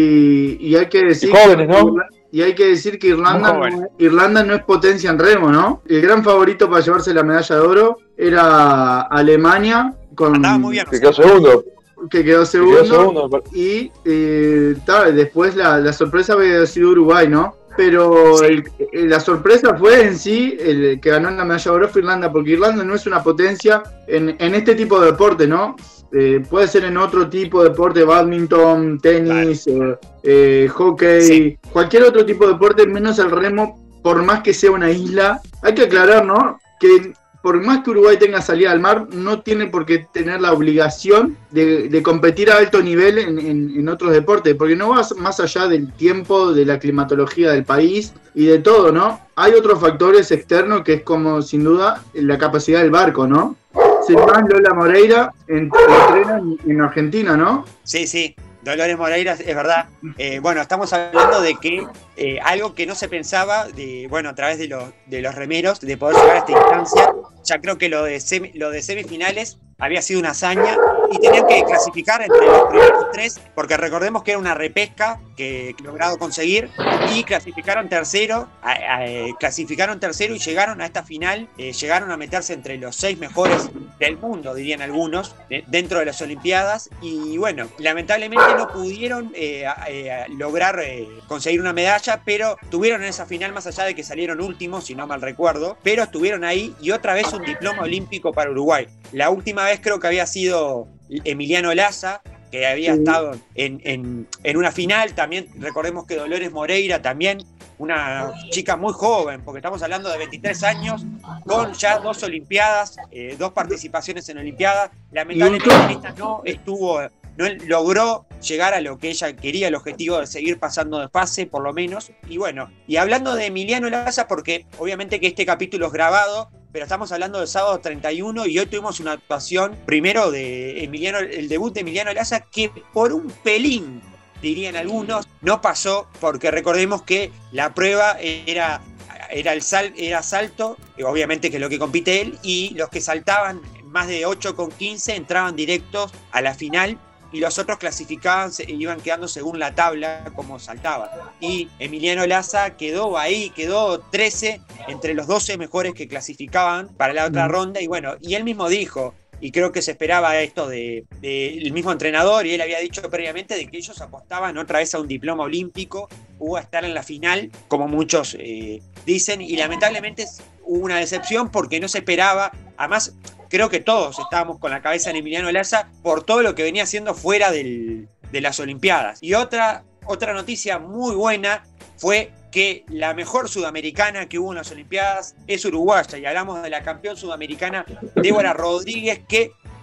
Y, y hay que decir, y jóvenes, ¿no? Y hay que decir que Irlanda no, Irlanda no es potencia en remo, ¿no? El gran favorito para llevarse la medalla de oro era Alemania, con andaba muy bien, que quedó segundo. Que quedó segundo, que quedó segundo. Y eh, tal, después la, la sorpresa había sido Uruguay, ¿no? Pero sí. el, la sorpresa fue en sí el que ganó en la medalla de oro fue Irlanda, porque Irlanda no es una potencia en, en este tipo de deporte, ¿no? Eh, puede ser en otro tipo de deporte, badminton, tenis, vale. eh, eh, hockey, sí. cualquier otro tipo de deporte, menos el remo, por más que sea una isla. Hay que aclarar, ¿no? Que por más que Uruguay tenga salida al mar, no tiene por qué tener la obligación de, de competir a alto nivel en, en, en otros deportes, porque no va más allá del tiempo, de la climatología del país y de todo, ¿no? Hay otros factores externos que es como, sin duda, la capacidad del barco, ¿no? Sin más, Lola Moreira entrena en, en Argentina, ¿no? Sí, sí. Dolores Moreira, es verdad. Eh, bueno, estamos hablando de que eh, algo que no se pensaba, de, bueno, a través de los, de los remeros, de poder llegar a esta instancia. Ya creo que lo de, semi, lo de semifinales había sido una hazaña y tenían que clasificar entre los primeros tres, porque recordemos que era una repesca que logrado conseguir y clasificaron tercero, a, a, clasificaron tercero y llegaron a esta final, eh, llegaron a meterse entre los seis mejores del mundo, dirían algunos, de, dentro de las Olimpiadas. Y bueno, lamentablemente no pudieron eh, eh, lograr eh, conseguir una medalla, pero tuvieron en esa final, más allá de que salieron últimos, si no mal recuerdo, pero estuvieron ahí y otra vez un diploma olímpico para Uruguay. La última vez creo que había sido Emiliano Laza, que había sí. estado en, en, en una final. También recordemos que Dolores Moreira también, una chica muy joven, porque estamos hablando de veintitrés años, con ya dos Olimpiadas, eh, dos participaciones en Olimpiadas. Lamentablemente esta no estuvo, no logró llegar a lo que ella quería, el objetivo de seguir pasando de fase, por lo menos. Y bueno, y hablando de Emiliano Laza, porque obviamente que este capítulo es grabado, pero estamos hablando del sábado treinta y uno y hoy tuvimos una actuación primero de Emiliano, el debut de Emiliano Laza, que por un pelín, dirían algunos, no pasó, porque recordemos que la prueba era, era el sal, era salto, obviamente que es lo que compite él, y los que saltaban más de ocho con quince entraban directos a la final, y los otros clasificaban, se iban quedando según la tabla como saltaban. Y Emiliano Laza quedó ahí, quedó trece entre los doce mejores que clasificaban para la otra ronda. Y bueno, y él mismo dijo, y creo que se esperaba esto del de, de mismo entrenador, y él había dicho previamente de que ellos apostaban otra vez a un diploma olímpico, o a estar en la final, como muchos eh, dicen, y lamentablemente hubo una decepción porque no se esperaba. Además, creo que todos estábamos con la cabeza en Emiliano Laza por todo lo que venía haciendo fuera del, de las Olimpiadas. Y otra, otra noticia muy buena fue que la mejor sudamericana que hubo en las Olimpiadas es uruguaya, y hablamos de la campeón sudamericana Débora Rodríguez, que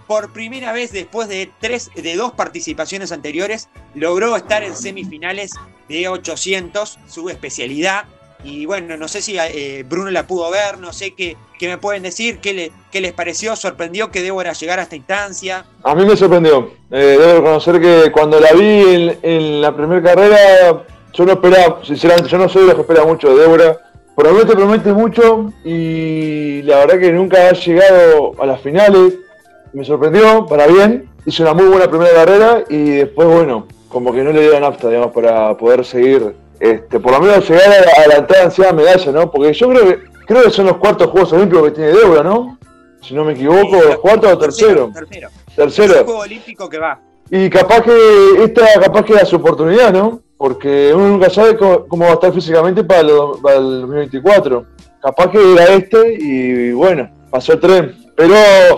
por primera vez después de tres, de dos participaciones anteriores, logró estar en semifinales de ochocientos, su especialidad. Y bueno, no sé si eh, Bruno la pudo ver, no sé qué, qué me pueden decir, qué, le, qué les pareció, sorprendió que Débora llegara a esta instancia. A mí me sorprendió, eh, debo reconocer que cuando la vi en, en la primera carrera, yo no esperaba, sinceramente, yo no soy de los que espera mucho de Débora. Promete, promete mucho y la verdad que nunca ha llegado a las finales. Me sorprendió, para bien, hizo una muy buena primera carrera y después, bueno, como que no le dio nafta, digamos, para poder seguir, este, por lo menos llegar a, a la entrada en ansiada medalla, ¿no? Porque yo creo que creo que son los cuartos Juegos Olímpicos que tiene Débora, ¿no? Si no me equivoco, sí, ¿cuarto o tercero? Tercero. Tercero. Es el Juego Olímpico que va. Y capaz que esta capaz que era su oportunidad, ¿no? Porque uno nunca sabe cómo, cómo va a estar físicamente para el, para el dos mil veinticuatro. Capaz que era este y bueno, pasó el tren. Pero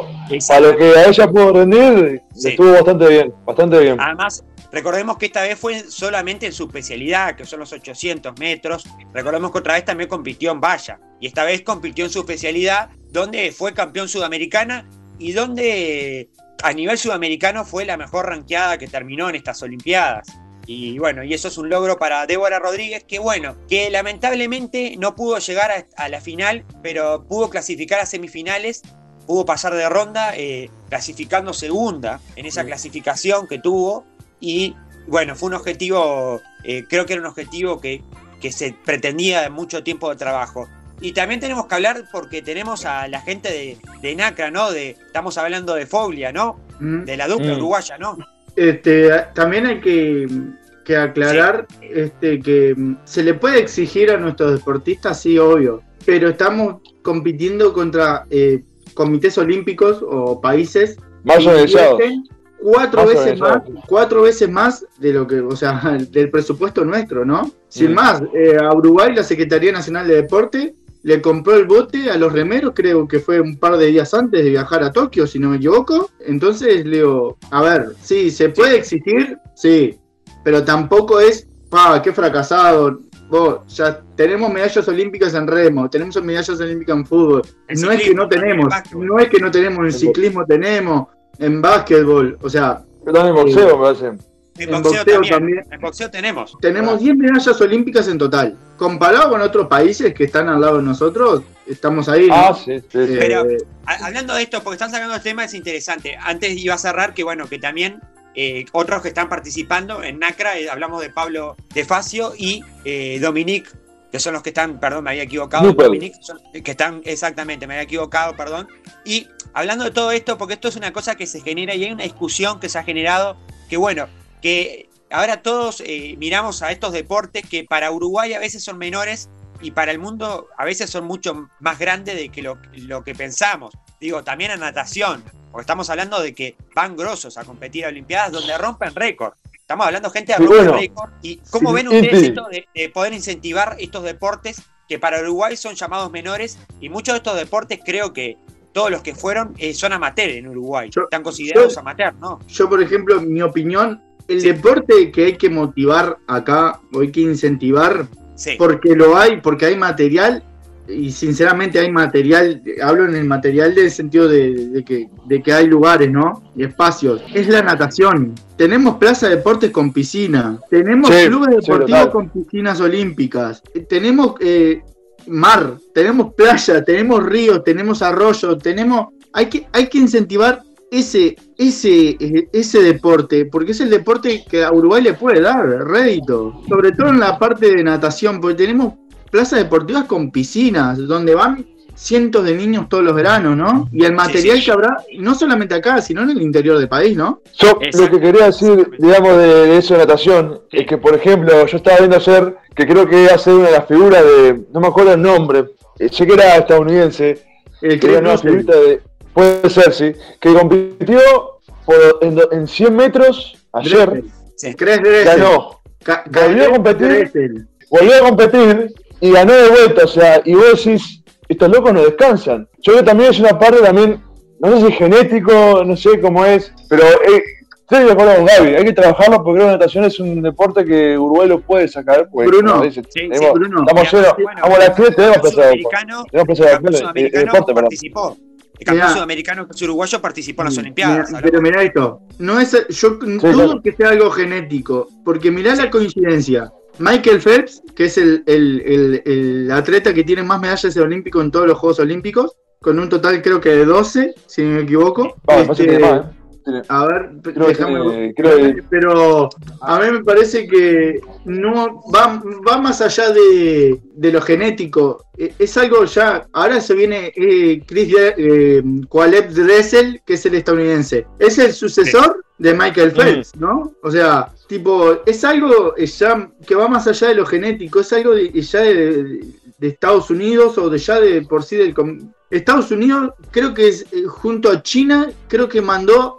a lo que a ella pudo rendir, sí, estuvo bastante bien, bastante bien. Además, recordemos que esta vez fue solamente en su especialidad, que son los ochocientos metros. Recordemos que otra vez también compitió en valla. Y esta vez compitió en su especialidad, donde fue campeón sudamericana y donde a nivel sudamericano fue la mejor rankeada que terminó en estas Olimpiadas. Y bueno, y eso es un logro para Débora Rodríguez, que bueno, que lamentablemente no pudo llegar a, a la final, pero pudo clasificar a semifinales, pudo pasar de ronda, eh, clasificando segunda en esa clasificación que tuvo. Y bueno, fue un objetivo, eh, creo que era un objetivo que, que se pretendía de mucho tiempo de trabajo. Y también tenemos que hablar porque tenemos a la gente de, de NACRA, ¿no? De, estamos hablando de Foglia, ¿no? Mm. De la dupla mm. uruguaya, ¿no? Este, también hay que, que aclarar sí. este, que se le puede exigir a nuestros deportistas, sí, obvio, pero estamos compitiendo contra eh, comités olímpicos o países más organizados. Cuatro más veces más, cuatro veces más de lo que, o sea, del presupuesto nuestro, ¿no? Sin mm. más, eh, a Uruguay la Secretaría Nacional de Deporte le compró el bote a los remeros, creo que fue un par de días antes de viajar a Tokio, si no me equivoco. Entonces, Leo, a ver, sí, se puede exigir, sí, pero tampoco es, pa, qué fracasado. Vos, ya tenemos medallas olímpicas en remo, tenemos medallas olímpicas en fútbol. El no es que no tenemos, no es que no tenemos, en ciclismo tenemos, en básquetbol, o sea. Pero también en boxeo, eh, me parece. En boxeo, en boxeo también. también. En boxeo tenemos. Tenemos diez medallas olímpicas en total. Comparado con otros países que están al lado de nosotros, estamos ahí, ¿no? Ah, sí, sí, sí. Pero, eh, hablando de esto, porque están sacando el tema, es interesante. Antes iba a cerrar que, bueno, que también eh, otros que están participando en NACRA, eh, hablamos de Pablo De Facio y eh, Dominique, que son los que están, perdón, me había equivocado. Dominique, son, que están, exactamente, me había equivocado, perdón. Y hablando de todo esto, porque esto es una cosa que se genera y hay una discusión que se ha generado, que bueno, que ahora todos eh, miramos a estos deportes que para Uruguay a veces son menores y para el mundo a veces son mucho más grandes de que lo, lo que pensamos. Digo, también a natación, porque estamos hablando de que van grosos a competir a Olimpiadas donde rompen récord. Estamos hablando de gente que rompe bueno, récord. ¿Y cómo sí, ven ustedes sí. esto de, de poder incentivar estos deportes que para Uruguay son llamados menores? Y muchos de estos deportes creo que todos los que fueron eh, son amateur en Uruguay. Yo, Están considerados yo, amateur, ¿no? Yo, por ejemplo, mi opinión, el sí. deporte que hay que motivar acá, o hay que incentivar, sí. porque lo hay, porque hay material, y sinceramente hay material, hablo en el material del sentido de, de, que, de que hay lugares, ¿no? Y espacios. Es la natación. Tenemos plaza de deportes con piscina. Tenemos sí, clubes deportivos sí, con piscinas olímpicas. Tenemos eh, mar, tenemos playa, tenemos ríos, tenemos arroyos, tenemos... Hay que, hay que incentivar ese, ese, ese deporte, porque es el deporte que a Uruguay le puede dar rédito. Sobre todo en la parte de natación, porque tenemos plazas deportivas con piscinas, donde van cientos de niños todos los veranos, ¿no? Y el material sí, sí. que habrá, no solamente acá, sino en el interior del país, ¿no? Yo lo que quería decir, digamos, de, de eso de natación, sí. es que, por ejemplo, yo estaba viendo ayer, que creo que iba a ser una de las figuras de, no me acuerdo el nombre, sé que era estadounidense, el que era una figurita de, puede ser, sí, que compitió por, en, en cien metros ayer, sí. ganó, Ca- volvió a competir, volvió a competir, y ganó de vuelta, o sea, y vos decís, estos locos no descansan. Yo creo que también es una parte también, no sé si genético, no sé cómo es, pero eh, estoy de acuerdo con Gaby, hay que trabajarlo porque la natación es un deporte que Uruguay lo puede sacar. Pues, Bruno, dice, sí, tenemos, sí, Bruno. Estamos llenos, bueno, vamos a la actriz, tenemos plaza de deporte. Tenemos plaza de deporte, participó. El campeón Mirá. sudamericano que es uruguayo participó en las Olimpiadas. Mirá, pero mirá esto, no es, yo dudo claro. que sea algo genético, porque mirá la coincidencia. Michael Phelps, que es el, el, el, el atleta que tiene más medallas olímpicas en todos los Juegos Olímpicos, con un total creo que de doce, si no me equivoco. Ah, Este, tiene más, ¿eh? Tiene- a ver, Creo que déjame- tiene- creo que- pero a mí me parece que no va, va más allá de, de lo genético. Eh, Es algo ya. Ahora se viene eh, Chris eh, Caleb Dressel, que es el estadounidense. Es el sucesor de Michael Phelps, ¿no? O sea, tipo, es algo eh, ya que va más allá de lo genético. Es algo de, ya de, de Estados Unidos o de ya de por sí del. com- Estados Unidos, creo que es, eh, junto a China, creo que mandó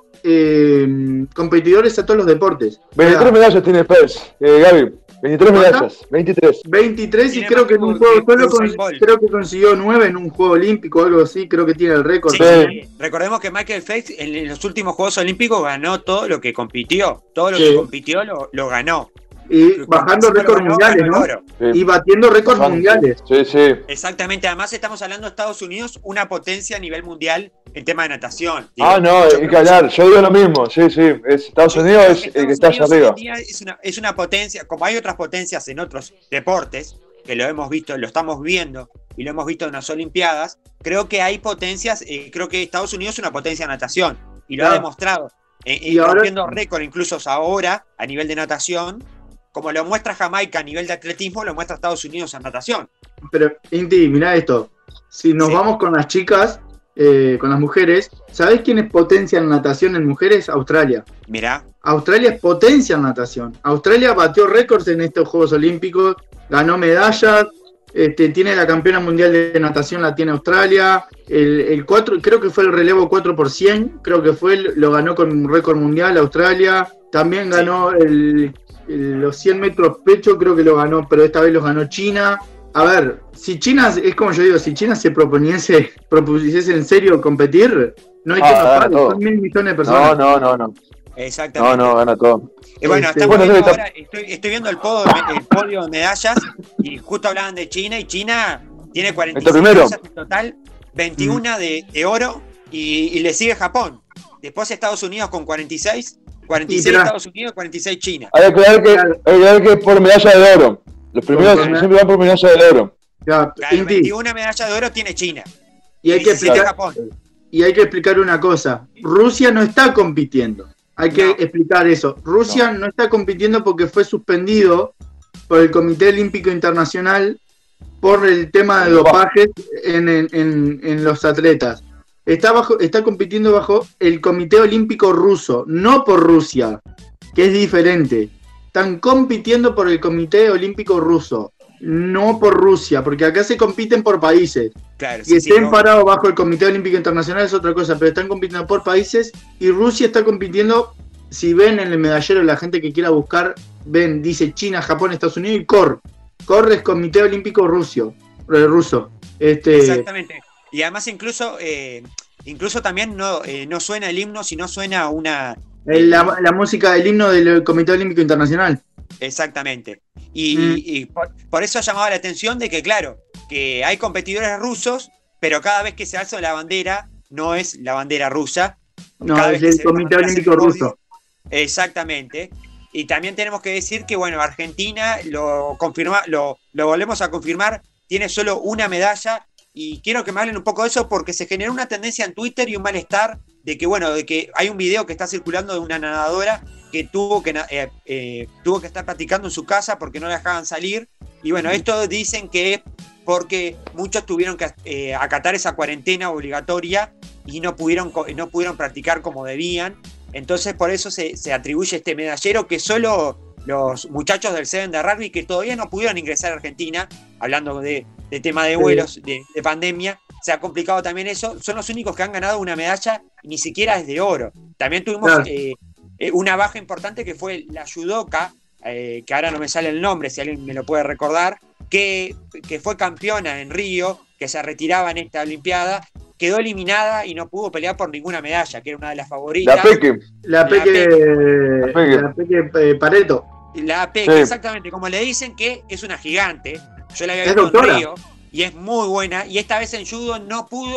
eh, competidores a todos los deportes. veintitrés O sea, medallas tiene Phelps, eh, Gaby. veintitrés medallas, veintitrés. veintitrés y Tiene creo más que en un que- juego que solo Usain con- Bolt. creo que consiguió nueve en un juego olímpico o algo así, creo que tiene el récord. Sí, Sí. sí. Recordemos que Michael Phelps en los últimos Juegos Olímpicos ganó todo lo que compitió. Todo lo Sí. que compitió lo, lo ganó. Y bajando Cuando récords ganó, mundiales, ganó ¿no? el oro. Sí. Y batiendo récords Bastante. mundiales. Sí, sí. Exactamente, además estamos hablando de Estados Unidos, una potencia a nivel mundial en tema de natación. Ah, Digo, no, yo hay creo que hablar. Yo digo lo mismo. Sí, sí. Es Estados Yo Unidos creo es el que está allá Estados Unidos arriba. hoy en día Es una, es una potencia, como hay otras potencias en otros deportes, que lo hemos visto, lo estamos viendo y lo hemos visto en las Olimpiadas, creo que hay potencias, eh, creo que Estados Unidos es una potencia en natación y lo Claro. ha demostrado, eh, Y eh, ahora- rompiendo récord incluso ahora a nivel de natación, como lo muestra Jamaica a nivel de atletismo, lo muestra Estados Unidos en natación. Pero, Inti, mirá esto. Si nos Sí. vamos con las chicas, eh, con las mujeres, ¿sabés quién es potencia en natación en mujeres? Australia. Mirá, Australia es potencia en natación. Australia batió récords en estos Juegos Olímpicos, ganó medallas, este, tiene la campeona mundial de natación, la tiene Australia. El, el cuatro, creo que fue el relevo cuatro por cien, creo que fue, lo ganó con un récord mundial Australia. También ganó el, el- los cien metros pecho, creo que lo ganó, pero esta vez los ganó China. A ver, si China, es como yo digo, si China se proponiese, propusiese en serio competir, no hay Ah, que nos gana pare, todo. son mil millones de personas. No, no, no, no. exactamente. No, no, gana todo. Y bueno, Este, estamos bueno, viendo debe ahora, estoy, estoy viendo el podio, de, el podio de medallas y justo hablaban de China y China tiene cuarenta y Está seis primero. medallas en total, veintiuna de, de oro y, y le sigue Japón. Después Estados Unidos con cuarenta y seis, cuarenta y seis Y mirá. Estados Unidos, cuarenta y seis China. Hay que ver que, hay que ver que es por medalla de oro. Los primeros Por medalla. siempre van por medalla de oro. Ya, Claro, Inti, veintiuna medallas de oro tiene China. y hay que diecisiete explicar, Japón. y hay que explicar una cosa. Rusia no está compitiendo. Hay que No. explicar eso. Rusia no. está compitiendo porque fue suspendido por el Comité Olímpico Internacional por el tema de dopaje en, en- en- en los atletas. Está, bajo, está compitiendo bajo el Comité Olímpico Ruso, no por Rusia, que es diferente. Están compitiendo por el Comité Olímpico Ruso, no por Rusia, porque acá se compiten por países. Claro, Y sí, sí, estén no. parados bajo el Comité Olímpico Internacional es otra cosa, pero están compitiendo por países y Rusia está compitiendo, si ven en el medallero la gente que quiera buscar, ven, dice China, Japón, Estados Unidos y C O R. C O R es Comité Olímpico Ruso. eh, ruso. Este, Exactamente. Y además incluso, eh, incluso también no, eh, no suena el himno, sino suena una... eh, la, la música del himno del Comité Olímpico Internacional. Exactamente. Y, Mm. y- y por, por eso ha llamado la atención de que, claro, que hay competidores rusos, pero cada vez que se alza la bandera, no es la bandera rusa. No, Cada es vez que el se ve la Comité bandera Olímpico hacia el Ruso. podio. Exactamente. Y también tenemos que decir que, bueno, Argentina, lo, confirma, lo, lo volvemos a confirmar, tiene solo una medalla. Y quiero que me hablen un poco de eso porque se generó una tendencia en Twitter y un malestar de que, bueno, de que hay un video que está circulando de una nadadora que tuvo que, eh, eh, tuvo que estar practicando en su casa porque no la dejaban salir. Y bueno, esto dicen que es porque muchos tuvieron que eh, acatar esa cuarentena obligatoria y no pudieron, no pudieron practicar como debían. Entonces por eso se, se atribuye este medallero que solo los muchachos del Seven de rugby que todavía no pudieron ingresar a Argentina, hablando de, de tema de vuelos, de, de pandemia, se ha complicado también eso, son los únicos que han ganado una medalla, ni siquiera es de oro. También tuvimos Claro. eh, eh, una baja importante que fue la judoka, eh, que ahora no me sale el nombre, si alguien me lo puede recordar, que, que fue campeona en Río, que se retiraba en esta Olimpiada, quedó eliminada y no pudo pelear por ninguna medalla, que era una de las favoritas. La Peque. La La Peque, La Peque. la Peque eh, Pareto. La Peque, Sí. exactamente, como le dicen que es una gigante. Yo la había Es visto en doctora. Río y es muy buena. Y esta vez en judo no pudo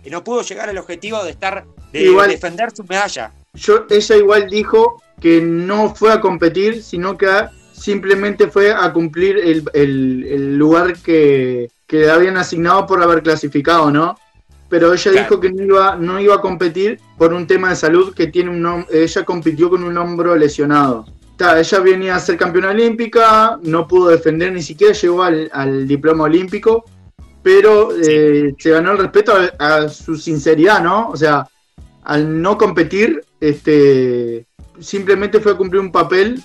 no pudo llegar al objetivo de estar de igual, defender su medalla. Yo, ella igual dijo que no fue a competir, sino que simplemente fue a cumplir el, el, el lugar que, que le habían asignado por haber clasificado, ¿no? Pero ella claro. dijo que no iba, no iba a competir por un tema de salud, que tiene un ella compitió con un hombro lesionado. Ta, ella venía a ser campeona olímpica, no pudo defender, ni siquiera llegó al, al diploma olímpico, pero eh, se ganó el respeto a, a su sinceridad, ¿no? O sea, al no competir, este, simplemente fue a cumplir un papel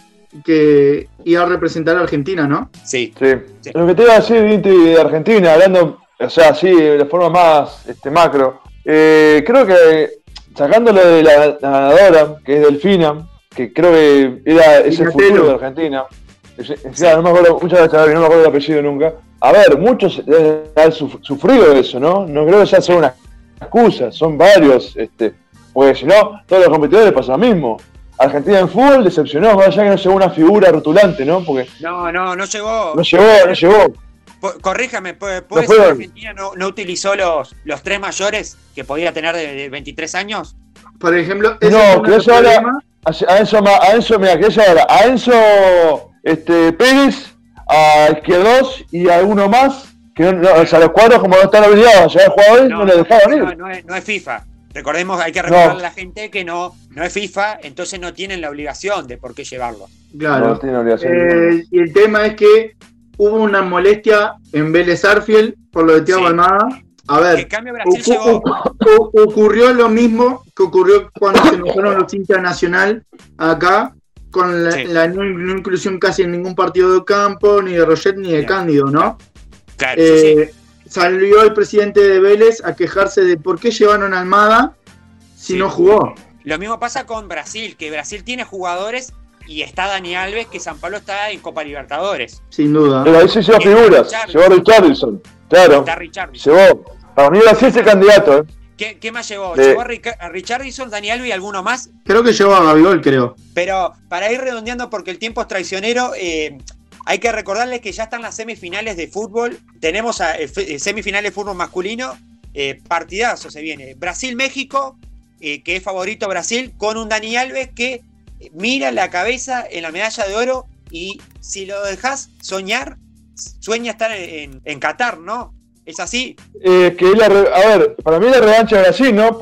que iba a representar a Argentina, ¿no? Sí. sí. sí. Lo que te iba a decir, Vinti, de Argentina, hablando, o sea, así, de forma más este, macro, eh, creo que sacándolo de la ganadora, que es Delfina, que creo que era ese futuro de Argentina. Claro, no me acuerdo, muchas veces no me acuerdo el apellido nunca. A ver, muchos han sufrido eso, ¿no? No creo que ya sea una excusa, son varios, este, porque si no, todos los competidores pasan lo mismo. Argentina en fútbol decepcionó, más allá que no llegó una figura rotulante, ¿no? Porque no, no, no llegó. No llegó, no llegó. Corríjame, ¿puede no ser que Argentina no, no utilizó los, los tres mayores que podía tener de, de veintitrés años? Por ejemplo, no, que eso ahora, a Enzo, a Enzo, mira, que eso ahora, a Enzo este, Pérez, a Izquierdos y a uno más, que no, no, o sea, los cuadros como no están obligados a llegar jugadores, no, no les dejaban ir. No, no, es, no es FIFA. Recordemos, hay que recordarle no. a la gente que no, no es FIFA, entonces no tienen la obligación de por qué llevarlo. Claro. No tienen obligación. Eh, y el tema es que hubo una molestia en Vélez Sarsfield por lo de Thiago sí. Almada. A ver, en cambio Brasil llegó... ocurrió lo mismo que ocurrió cuando se enojaron los hinchas Nacional acá, con la, sí. la no, no inclusión casi en ningún partido de campo, ni de Roget ni de sí. Cándido, ¿no? Claro, eh, sí. Salió el presidente de Vélez a quejarse de por qué llevaron a Almada si sí. no jugó. Lo mismo pasa con Brasil, que Brasil tiene jugadores y está Dani Alves, que San Pablo está en Copa Libertadores. Sin duda. Pero ahí se llevó figuras, llevó a Richarlison. Claro, está Richarlison. Llevó. Para mí Brasil es el candidato, ¿eh? ¿Qué, ¿Qué más llevó? De... ¿Llevó a, Rica- a Richarlison, Dani Alves y alguno más? Creo que llevó a Gabigol, creo. Pero para ir redondeando, porque el tiempo es traicionero, eh, hay que recordarles que ya están las semifinales de fútbol. Tenemos a, eh, semifinales de fútbol masculino. Eh, partidazo se viene. Brasil-México, eh, que es favorito Brasil, con un Dani Alves que mira la cabeza en la medalla de oro y si lo dejas soñar, sueña estar en, en Qatar, ¿no? ¿Es así? Eh, que la re- a ver, para mí la revancha de Brasil, ¿no?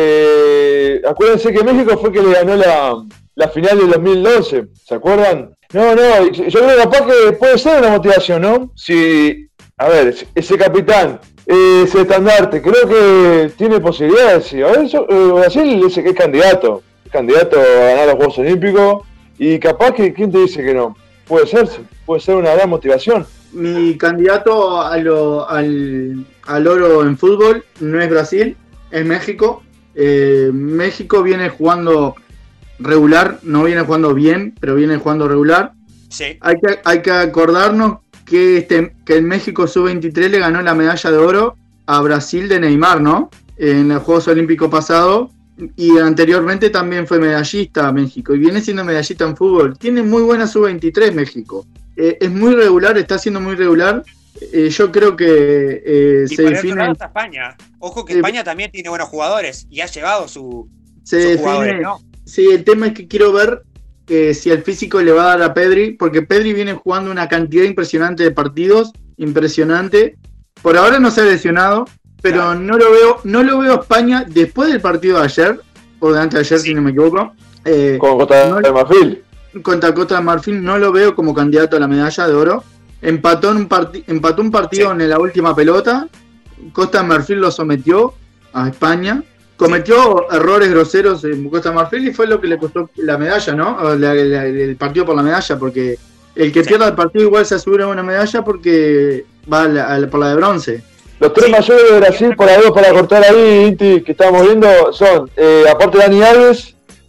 Porque acuérdense que México fue que le ganó la, la final del dos mil doce, ¿se acuerdan? No, no, yo creo que capaz que puede ser una motivación, ¿no? Si, a ver, ese capitán, ese estandarte, creo que tiene posibilidades. A ver, yo, eh, Brasil es, es candidato, es candidato a ganar los Juegos Olímpicos y capaz que, ¿quién te dice que no? Puede ser, puede ser una gran motivación. Mi candidato a lo, al, al oro en fútbol no es Brasil, es México. Eh, México viene jugando regular, no viene jugando bien, pero viene jugando regular. Sí. Hay que, hay que acordarnos que, este, que el México sub veintitrés le ganó la medalla de oro a Brasil de Neymar, ¿no? En los Juegos Olímpicos pasados. Y anteriormente también fue medallista México. Y viene siendo medallista en fútbol. Tiene muy buena sub veintitrés México. Eh, es muy regular, está siendo muy regular. Eh, yo creo que eh, y se por define. Otro lado está España. Ojo que eh, España también tiene buenos jugadores y ha llevado su, se sus define, jugadores, ¿no? Sí, el tema es que quiero ver eh, si el físico le va a dar a Pedri, porque Pedri viene jugando una cantidad impresionante de partidos, impresionante. Por ahora no se ha lesionado, pero claro. no lo veo, no lo veo a España después del partido de ayer, o de antes de ayer, sí. si no me equivoco. Eh, Con Costa no, de Marfil. Contra Costa de Marfil no lo veo como candidato a la medalla de oro. Empató un, part- empató un partido sí. en la última pelota. Costa de Marfil lo sometió a España. Cometió sí. errores groseros en Costa de Marfil y fue lo que le costó la medalla, ¿no? O la, la, el partido por la medalla, porque el que sí. pierda el partido igual se asegura una medalla porque va a la, a la, por la de bronce. Los tres sí. mayores de Brasil, por algo para cortar ahí, Inti, que estamos viendo, son, eh, aparte de Dani Alves,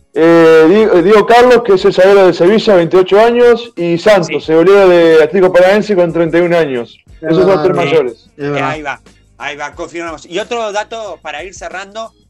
Eh, Diego Carlos, que es el zaguero de Sevilla, veintiocho años, y Santos, sí. el goleador de Atlético Paranaense con treinta y un años. Esos son los tres mayores. Eh, ahí va, ahí va, confirmamos. Y otro dato para ir cerrando,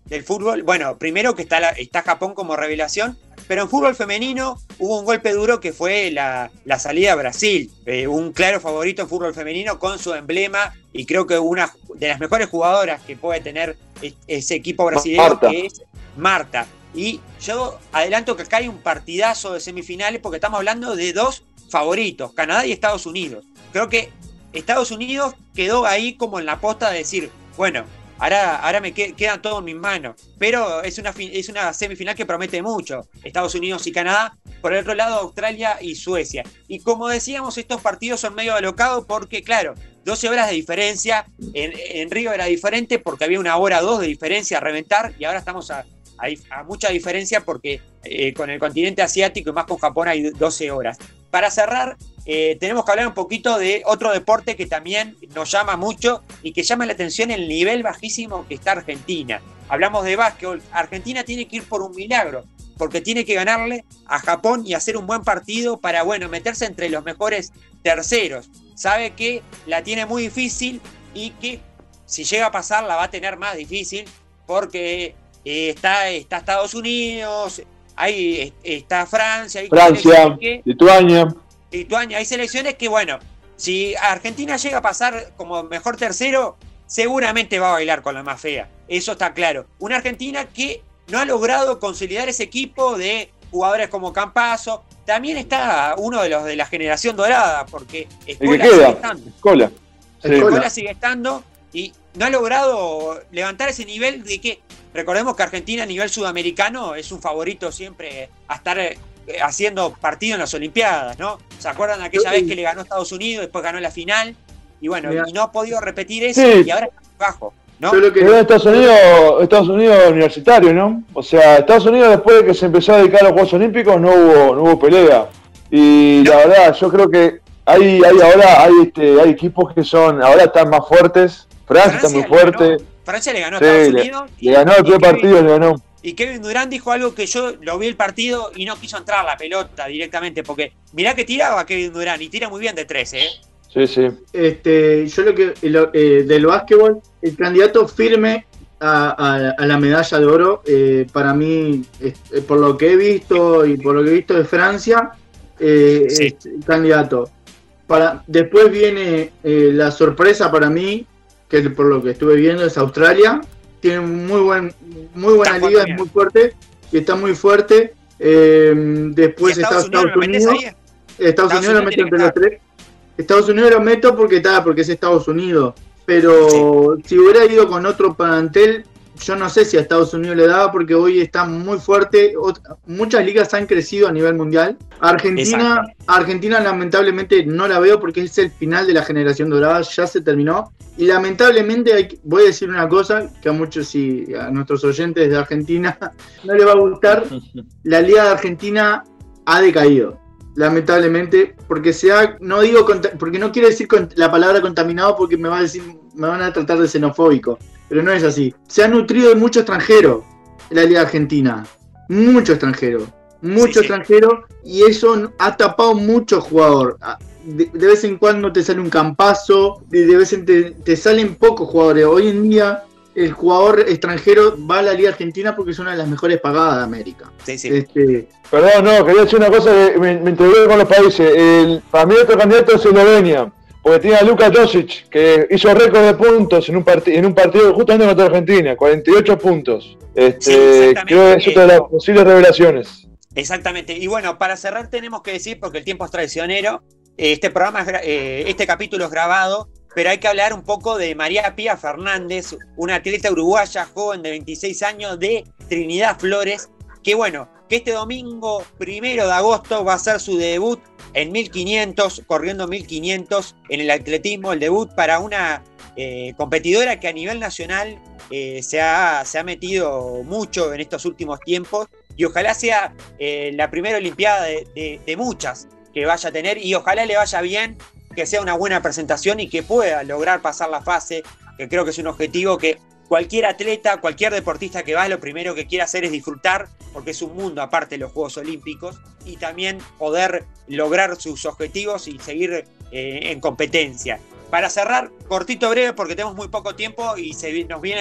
del fútbol, bueno, primero que está, la, está Japón como revelación, pero en fútbol femenino hubo un golpe duro que fue la, la salida a Brasil, eh, un claro favorito en fútbol femenino con su emblema y creo que una de las mejores jugadoras que puede tener ese equipo brasileño, Marta. que es Marta. Y yo adelanto que acá hay un partidazo de semifinales porque estamos hablando de dos favoritos, Canadá y Estados Unidos. Creo que Estados Unidos quedó ahí como en la posta de decir, bueno, ahora, ahora me qued, quedan todo en mis manos. Pero es una, es una semifinal que promete mucho. Estados Unidos y Canadá. Por el otro lado, Australia y Suecia. Y como decíamos, estos partidos son medio alocados porque, claro, doce horas de diferencia. En, en Río era diferente porque había una hora dos de diferencia a reventar. Y ahora estamos a, a, a mucha diferencia porque eh, con el continente asiático y más con Japón hay doce horas. Para cerrar, eh, tenemos que hablar un poquito de otro deporte que también nos llama mucho y que llama la atención el nivel bajísimo que está Argentina. Hablamos de básquetbol. Argentina tiene que ir por un milagro, porque tiene que ganarle a Japón y hacer un buen partido para, bueno, meterse entre los mejores terceros. Sabe que la tiene muy difícil y que si llega a pasar la va a tener más difícil porque eh, está, está Estados Unidos, ahí está Francia, hay Francia, que, Lituania. Lituania, hay selecciones que, bueno, si Argentina llega a pasar como mejor tercero, seguramente va a bailar con la más fea. Eso está claro. Una Argentina que no ha logrado consolidar ese equipo de jugadores como Campazzo. También está uno de los de la generación dorada, porque Escola sigue estando. Escola. Sí. Escola sigue estando y no ha logrado levantar ese nivel de que, recordemos que Argentina a nivel sudamericano es un favorito siempre a estar haciendo partido en las Olimpiadas, ¿no? ¿Se acuerdan de aquella sí. vez que le ganó a Estados Unidos, después ganó la final? Y bueno, Mirá. y no ha podido repetir eso sí. y ahora está bajo, ¿no? Pero que... Estados Unidos, Estados Unidos universitario, ¿no? O sea, Estados Unidos después de que se empezó a dedicar a los Juegos Olímpicos no hubo, no hubo pelea. Y no. la verdad, yo creo que hay, hay ahora hay, este, hay equipos que son, ahora están más fuertes. Francia, Francia está muy fuerte. Ganó. Francia le ganó a Estados sí, Unidos. Le, y, le ganó el primer partido, le ganó. Y Kevin Durant dijo algo que yo lo vi el partido y no quiso entrar la pelota directamente, porque mirá que tiraba Kevin Durant y tira muy bien de tres, ¿eh? Sí, sí. Este, yo lo que lo, eh, del básquetbol, el candidato firme a, a, a la medalla de oro, eh, para mí, eh, por lo que he visto y por lo que he visto de Francia, eh, sí. es el candidato. Para, después viene eh, la sorpresa para mí, que por lo que estuve viendo es Australia. Tiene muy buen, muy buena liga, es muy fuerte y está muy fuerte. Eh, después está Estados Unidos. Estados, Estados Unidos lo mete entre los tres. Estados Unidos lo meto porque está, porque es Estados Unidos. Pero sí. si hubiera ido con otro plantel, yo no sé si a Estados Unidos le daba porque hoy está muy fuerte. Muchas ligas han crecido a nivel mundial. Argentina, Argentina lamentablemente no la veo porque es el final de la generación dorada, ya se terminó. Y lamentablemente hay, voy a decir una cosa que a muchos y a nuestros oyentes de Argentina no les va a gustar. La Liga de Argentina ha decaído, lamentablemente, porque se ha, no digo porque no quiero decir la palabra contaminado porque me va a decir, me van a tratar de xenofóbico, pero no es así. Se ha nutrido de mucho extranjero la Liga Argentina, mucho extranjero, mucho sí, extranjero sí. y eso ha tapado mucho jugador. De, de vez en cuando te sale un Campazzo, de, de vez en te, te salen pocos jugadores. Hoy en día el jugador extranjero va a la Liga Argentina porque es una de las mejores pagadas de América. Sí, sí. Este... Perdón, no, quería decir una cosa que me, me integré con los países. El, para mí otro candidato es Eslovenia, porque tiene a Luka Doncic, que hizo récord de puntos en un, part en un partido justamente contra Argentina, cuarenta y ocho puntos. Este, sí, creo que es otra de las posibles revelaciones. Exactamente. Y bueno, para cerrar tenemos que decir, porque el tiempo es traicionero, Este programa, es, eh, este capítulo es grabado, pero hay que hablar un poco de María Pía Fernández, una atleta uruguaya joven de veintiséis años de Trinidad Flores, que bueno, que este domingo primero de agosto va a hacer su debut en mil quinientos, corriendo mil quinientos en el atletismo, el debut para una eh, competidora que a nivel nacional eh, se, ha, se ha metido mucho en estos últimos tiempos y ojalá sea eh, la primera olimpiada de, de, de muchas que vaya a tener y ojalá le vaya bien, que sea una buena presentación y que pueda lograr pasar la fase, que creo que es un objetivo que cualquier atleta, cualquier deportista que va, lo primero que quiere hacer es disfrutar, porque es un mundo aparte de los Juegos Olímpicos, y también poder lograr sus objetivos y seguir eh, en competencia. Para cerrar, cortito, breve, porque tenemos muy poco tiempo y se, nos vienen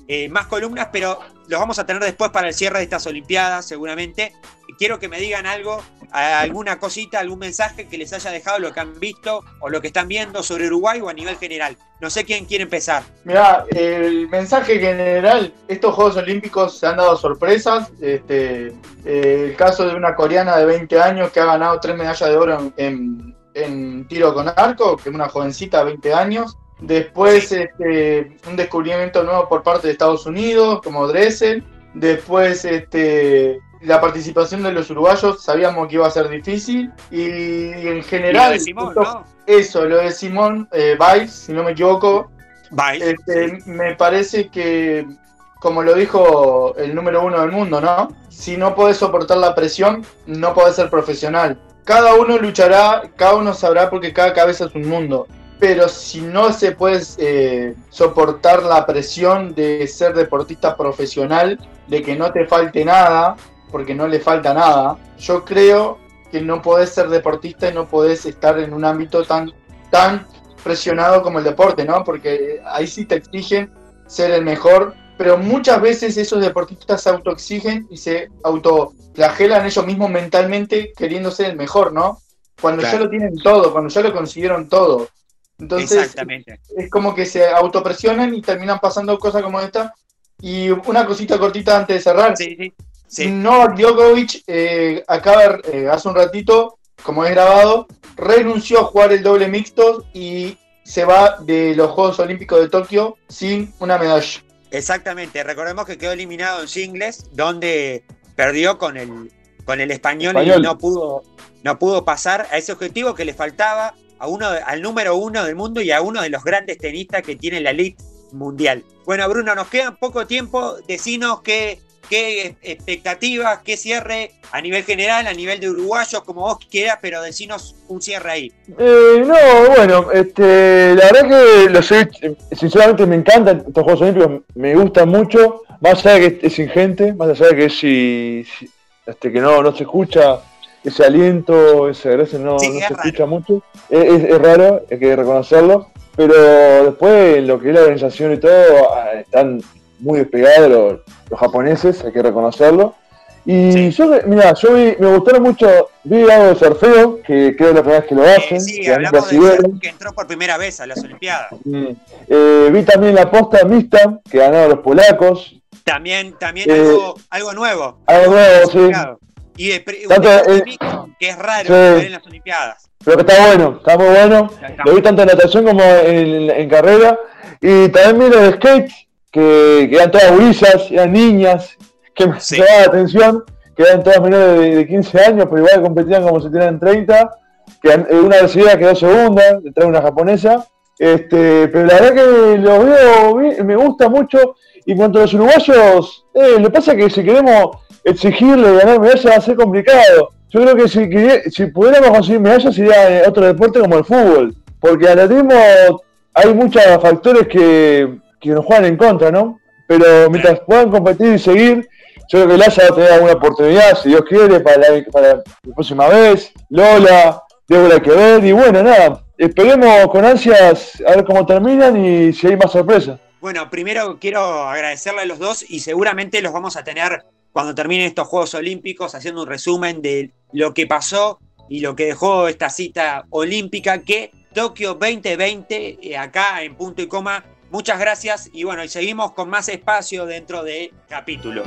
eh, más columnas, pero los vamos a tener después para el cierre de estas Olimpiadas, seguramente. Quiero que me digan algo, alguna cosita, algún mensaje que les haya dejado lo que han visto o lo que están viendo sobre Uruguay o a nivel general. No sé quién quiere empezar. Mirá, el mensaje general, estos Juegos Olímpicos se han dado sorpresas. Este, eh, el caso de una coreana de veinte años que ha ganado tres medallas de oro en, en, en tiro con arco, que es una jovencita de veinte años. Después Sí. este, un descubrimiento nuevo por parte de Estados Unidos, como Dressel. Después este, la participación de los uruguayos, sabíamos que iba a ser difícil. Y, y en Y general, lo de Simón, esto- ¿no? eso, lo de Simón eh, Biles, si no me equivoco, Bye. este, me parece que, como lo dijo el número uno del mundo, ¿no? Si no podés soportar la presión, no podés ser profesional. Cada uno luchará, cada uno sabrá porque cada cabeza es un mundo. Pero si no se puede eh, soportar la presión de ser deportista profesional, de que no te falte nada, porque no le falta nada, yo creo que no podés ser deportista y no podés estar en un ámbito tan, tan presionado como el deporte, ¿no? Porque ahí sí te exigen ser el mejor, pero muchas veces esos deportistas se autoexigen y se autoflagelan ellos mismos mentalmente queriendo ser el mejor, ¿no? Cuando Claro. ya lo tienen todo, cuando ya lo consiguieron todo. Entonces Exactamente. es como que se autopresionan y terminan pasando cosas como esta. Y una cosita cortita antes de cerrar. Sí, sí. Sí. Novak Djokovic eh, acaba eh, hace un ratito, como es grabado, renunció a jugar el doble mixto y se va de los Juegos Olímpicos de Tokio sin una medalla. Exactamente. Recordemos que quedó eliminado en singles, donde perdió con el, con el español, Español. y no pudo, no pudo pasar a ese objetivo que le faltaba a uno, al número uno del mundo y a uno de los grandes tenistas que tiene la elite mundial. Bueno, Bruno, nos queda poco tiempo. Decinos qué, qué expectativas, qué cierre a nivel general, a nivel de uruguayos, como vos quieras, pero decinos un cierre ahí. Eh, no, bueno, este, la verdad que los he, sinceramente me encantan estos Juegos Olímpicos, me gustan mucho, más allá de que es ingente, más allá de que si, si- este, que no, no se escucha ese aliento, ese gracia no, Sí, no es se raro. escucha mucho, es, es- es raro, hay que reconocerlo, pero después en lo que es la organización y todo, ah, están muy despegados los, los japoneses, hay que reconocerlo. Y Sí. yo, mira, yo vi, me gustaron mucho, vi algo de surfeo, que creo que es la primera vez que lo hacen. Eh, sí, que dan hablamos de brasileños. surf, que entró por primera vez a las Olimpiadas. Mm. Eh, vi también la posta mixta, que ganaron los polacos. También, también Eh, algo, algo nuevo. algo nuevo, sí. inesperado. Y de, pre- un Tanto, deporte eh, mixto, que es raro sí. ver en las Olimpiadas. Pero que está bueno, está muy bueno. Está Lo vi tanto en natación como en, en carrera. Y también vi los de skate, que, que eran todas gurisas, eran niñas, que me Sí. llamaba la atención, que eran todas menores de, de quince años, pero igual competían como si tuvieran treinta. Que eh, una brasileña quedó segunda, detrás de una japonesa. Este, pero la verdad que lo veo bien, me gusta mucho. Y en cuanto a los uruguayos, eh, lo que pasa es que si queremos exigirle ganar medallas va a ser complicado. Yo creo que si, quería- si pudiéramos conseguir medallas sería eh, otro deporte como el fútbol. Porque en atletismo hay muchos factores que, que nos juegan en contra, ¿no? Pero mientras puedan competir y seguir, yo creo que Laza va a tener alguna oportunidad, si Dios quiere, para la, para la próxima vez. Lola, Débora Quever, y bueno, nada. Esperemos con ansias a ver cómo terminan y si hay más sorpresas. Bueno, primero quiero agradecerle a los dos y seguramente los vamos a tener cuando terminen estos Juegos Olímpicos, haciendo un resumen de lo que pasó y lo que dejó esta cita olímpica, que Tokio veinte veinte, eh, acá en Punto y Coma. Muchas gracias y bueno, y seguimos con más espacio dentro de capítulo.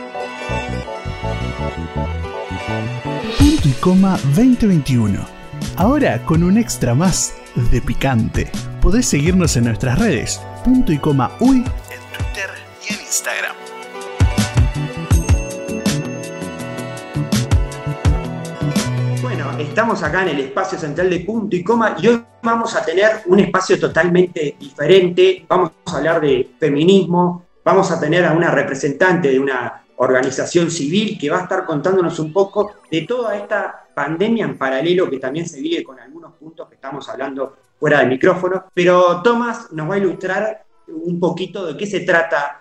Punto y Coma veinte veintiuno. Ahora con un extra más de picante. Podés seguirnos en nuestras redes, Punto y Coma Uy, en Twitter y en Instagram. Bueno, estamos acá en el espacio central de Punto y Coma y hoy vamos a tener un espacio totalmente diferente. Vamos a hablar de feminismo, vamos a tener a una representante de una organización civil que va a estar contándonos un poco de toda esta pandemia en paralelo que también se vive con algunos puntos que estamos hablando fuera del micrófono. Pero Tomás nos va a ilustrar un poquito de qué se trata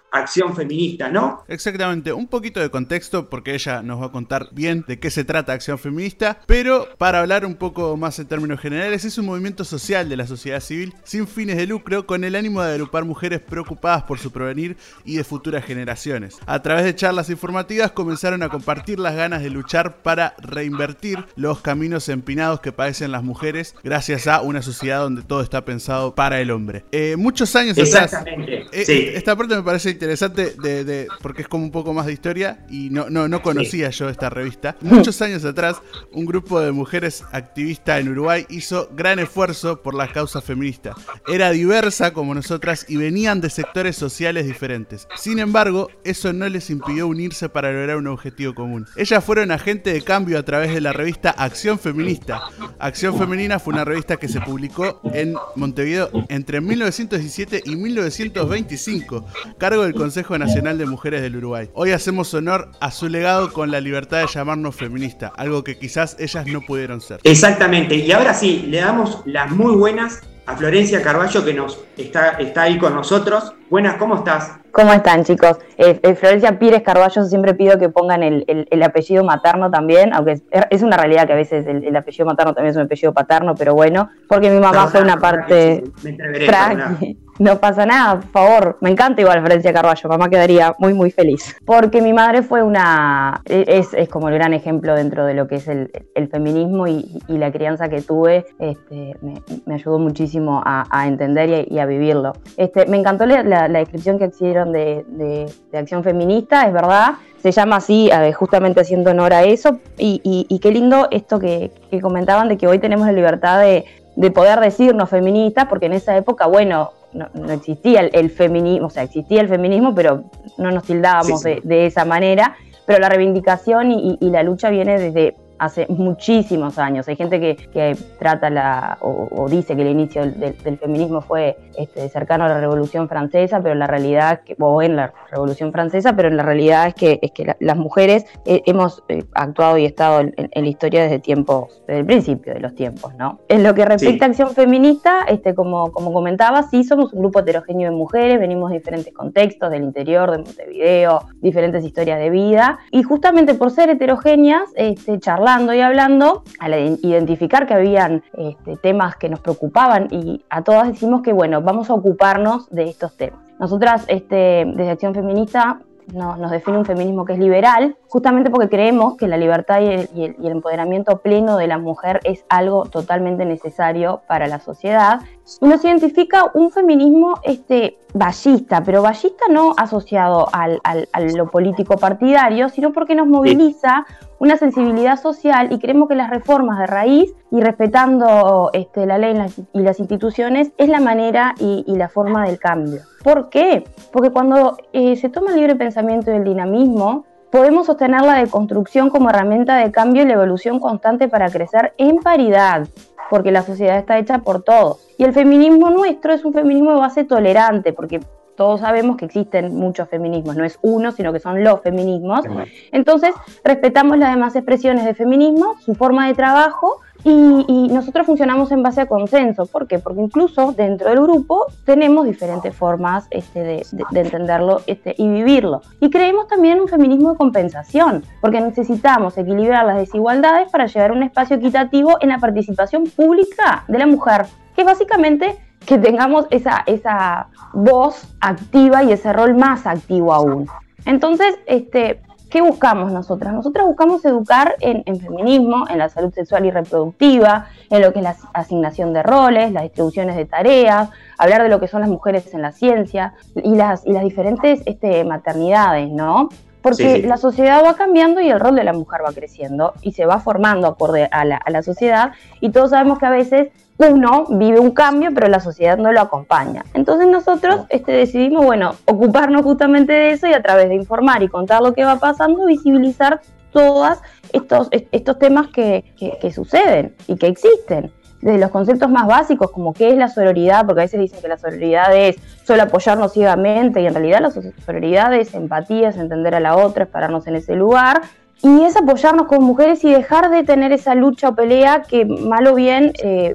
Acción Feminista, ¿no? Exactamente, un poquito de contexto porque ella nos va a contar bien de qué se trata Acción Feminista, pero para hablar un poco más en términos generales, es un movimiento social de la sociedad civil sin fines de lucro con el ánimo de agrupar mujeres preocupadas por su porvenir y de futuras generaciones. A través de charlas informativas comenzaron a compartir las ganas de luchar para reinvertir los caminos empinados que padecen las mujeres gracias a una sociedad donde todo está pensado para el hombre. Eh, muchos años Exactamente, atrás, eh, sí. Esta parte me parece interesante de, de, porque es como un poco más de historia y no, no, no conocía sí. yo esta revista. Muchos años atrás, un grupo de mujeres activistas en Uruguay hizo gran esfuerzo por las causas feministas. Era diversa como nosotras y venían de sectores sociales diferentes. Sin embargo, eso no les impidió unirse para lograr un objetivo común. Ellas fueron agente de cambio a través de la revista Acción Feminista. Acción Femenina fue una revista que se publicó en Montevideo entre mil novecientos diecisiete y mil novecientos veinticinco, cargo del Consejo Nacional de Mujeres del Uruguay. Hoy hacemos honor a su legado con la libertad de llamarnos feminista, algo que quizás ellas no pudieron ser. Exactamente, y ahora sí, le damos las muy buenas a Florencia Carballo, que nos está, está ahí con nosotros. Buenas, ¿cómo estás? ¿Cómo están, chicos? Eh, eh, Florencia Pires Carballo, siempre pido que pongan el, el, el apellido materno también, aunque es, es una realidad que a veces el, el apellido materno también es un apellido paterno, pero bueno, porque mi mamá no, fue una parte... Me entreveré, tranqui, no pasa nada, por favor. Me encanta igual Florencia Carballo, mamá quedaría muy, muy feliz. Porque mi madre fue una... Es, es como el gran ejemplo dentro de lo que es el, el feminismo y, y la crianza que tuve, este, me, me ayudó muchísimo a, a entender y a, y a vivirlo. Este, me encantó la, la, la descripción que hicieron de, de, de Acción Feminista, es verdad. Se llama así, justamente haciendo honor a eso, y, y, y qué lindo esto que, que comentaban de que hoy tenemos la libertad de, de poder decirnos feministas, porque en esa época, bueno, no, no existía el, el feminismo, o sea, existía el feminismo, pero no nos tildábamos sí, sí. De, de esa manera, pero la reivindicación y, y la lucha viene desde hace muchísimos años. Hay gente que, que trata la o, o dice que el inicio del, del feminismo fue este, cercano a la Revolución Francesa, pero la realidad, que, o en la Revolución Francesa, pero la realidad es que, es que la, las mujeres eh, hemos eh, actuado y estado en, en la historia desde tiempos, desde el principio de los tiempos, ¿no? En lo que respecta sí. a Acción Feminista, este, como, como comentaba, sí somos un grupo heterogéneo de mujeres, venimos de diferentes contextos, del interior, de Montevideo, diferentes historias de vida, y justamente por ser heterogéneas, este, charlamos y hablando, al identificar que habían este, temas que nos preocupaban y a todas decimos que bueno, vamos a ocuparnos de estos temas. Nosotras este, desde Acción Feminista no, nos define un feminismo que es liberal, justamente porque creemos que la libertad y el, y, el, y el empoderamiento pleno de la mujer es algo totalmente necesario para la sociedad. Y nos identifica un feminismo este, ballista, pero ballista no asociado al, al, a lo político partidario, sino porque nos moviliza una sensibilidad social y creemos que las reformas de raíz y respetando este, la ley y las, y las instituciones es la manera y, y la forma del cambio. ¿Por qué? Porque cuando eh, se toma el libre pensamiento y el dinamismo, podemos sostener la deconstrucción como herramienta de cambio y la evolución constante para crecer en paridad, porque la sociedad está hecha por todos. Y el feminismo nuestro es un feminismo de base tolerante, porque todos sabemos que existen muchos feminismos, no es uno, sino que son los feminismos. Entonces, respetamos las demás expresiones de feminismo, su forma de trabajo, y, y nosotros funcionamos en base a consenso. ¿Por qué? Porque incluso dentro del grupo tenemos diferentes formas este, de, de, de entenderlo este, y vivirlo. Y creemos también en un feminismo de compensación, porque necesitamos equilibrar las desigualdades para llegar a un espacio equitativo en la participación pública de la mujer, que es básicamente que tengamos esa, esa voz activa y ese rol más activo aún. Entonces, este, ¿qué buscamos nosotras? Nosotras buscamos educar en, en feminismo, en la salud sexual y reproductiva, en lo que es la asignación de roles, las distribuciones de tareas, hablar de lo que son las mujeres en la ciencia y las, y las diferentes este, maternidades, ¿no? Porque sí, sí. la sociedad va cambiando y el rol de la mujer va creciendo y se va formando acorde a la, a la sociedad, y todos sabemos que a veces uno vive un cambio, pero la sociedad no lo acompaña. Entonces nosotros este, decidimos, bueno, ocuparnos justamente de eso y a través de informar y contar lo que va pasando, visibilizar todos estos, estos temas que, que, que suceden y que existen. Desde los conceptos más básicos, como qué es la sororidad, porque a veces dicen que la sororidad es solo apoyarnos ciegamente, y en realidad la sororidad es empatía, es entender a la otra, es pararnos en ese lugar, y es apoyarnos como mujeres y dejar de tener esa lucha o pelea que mal o bien eh,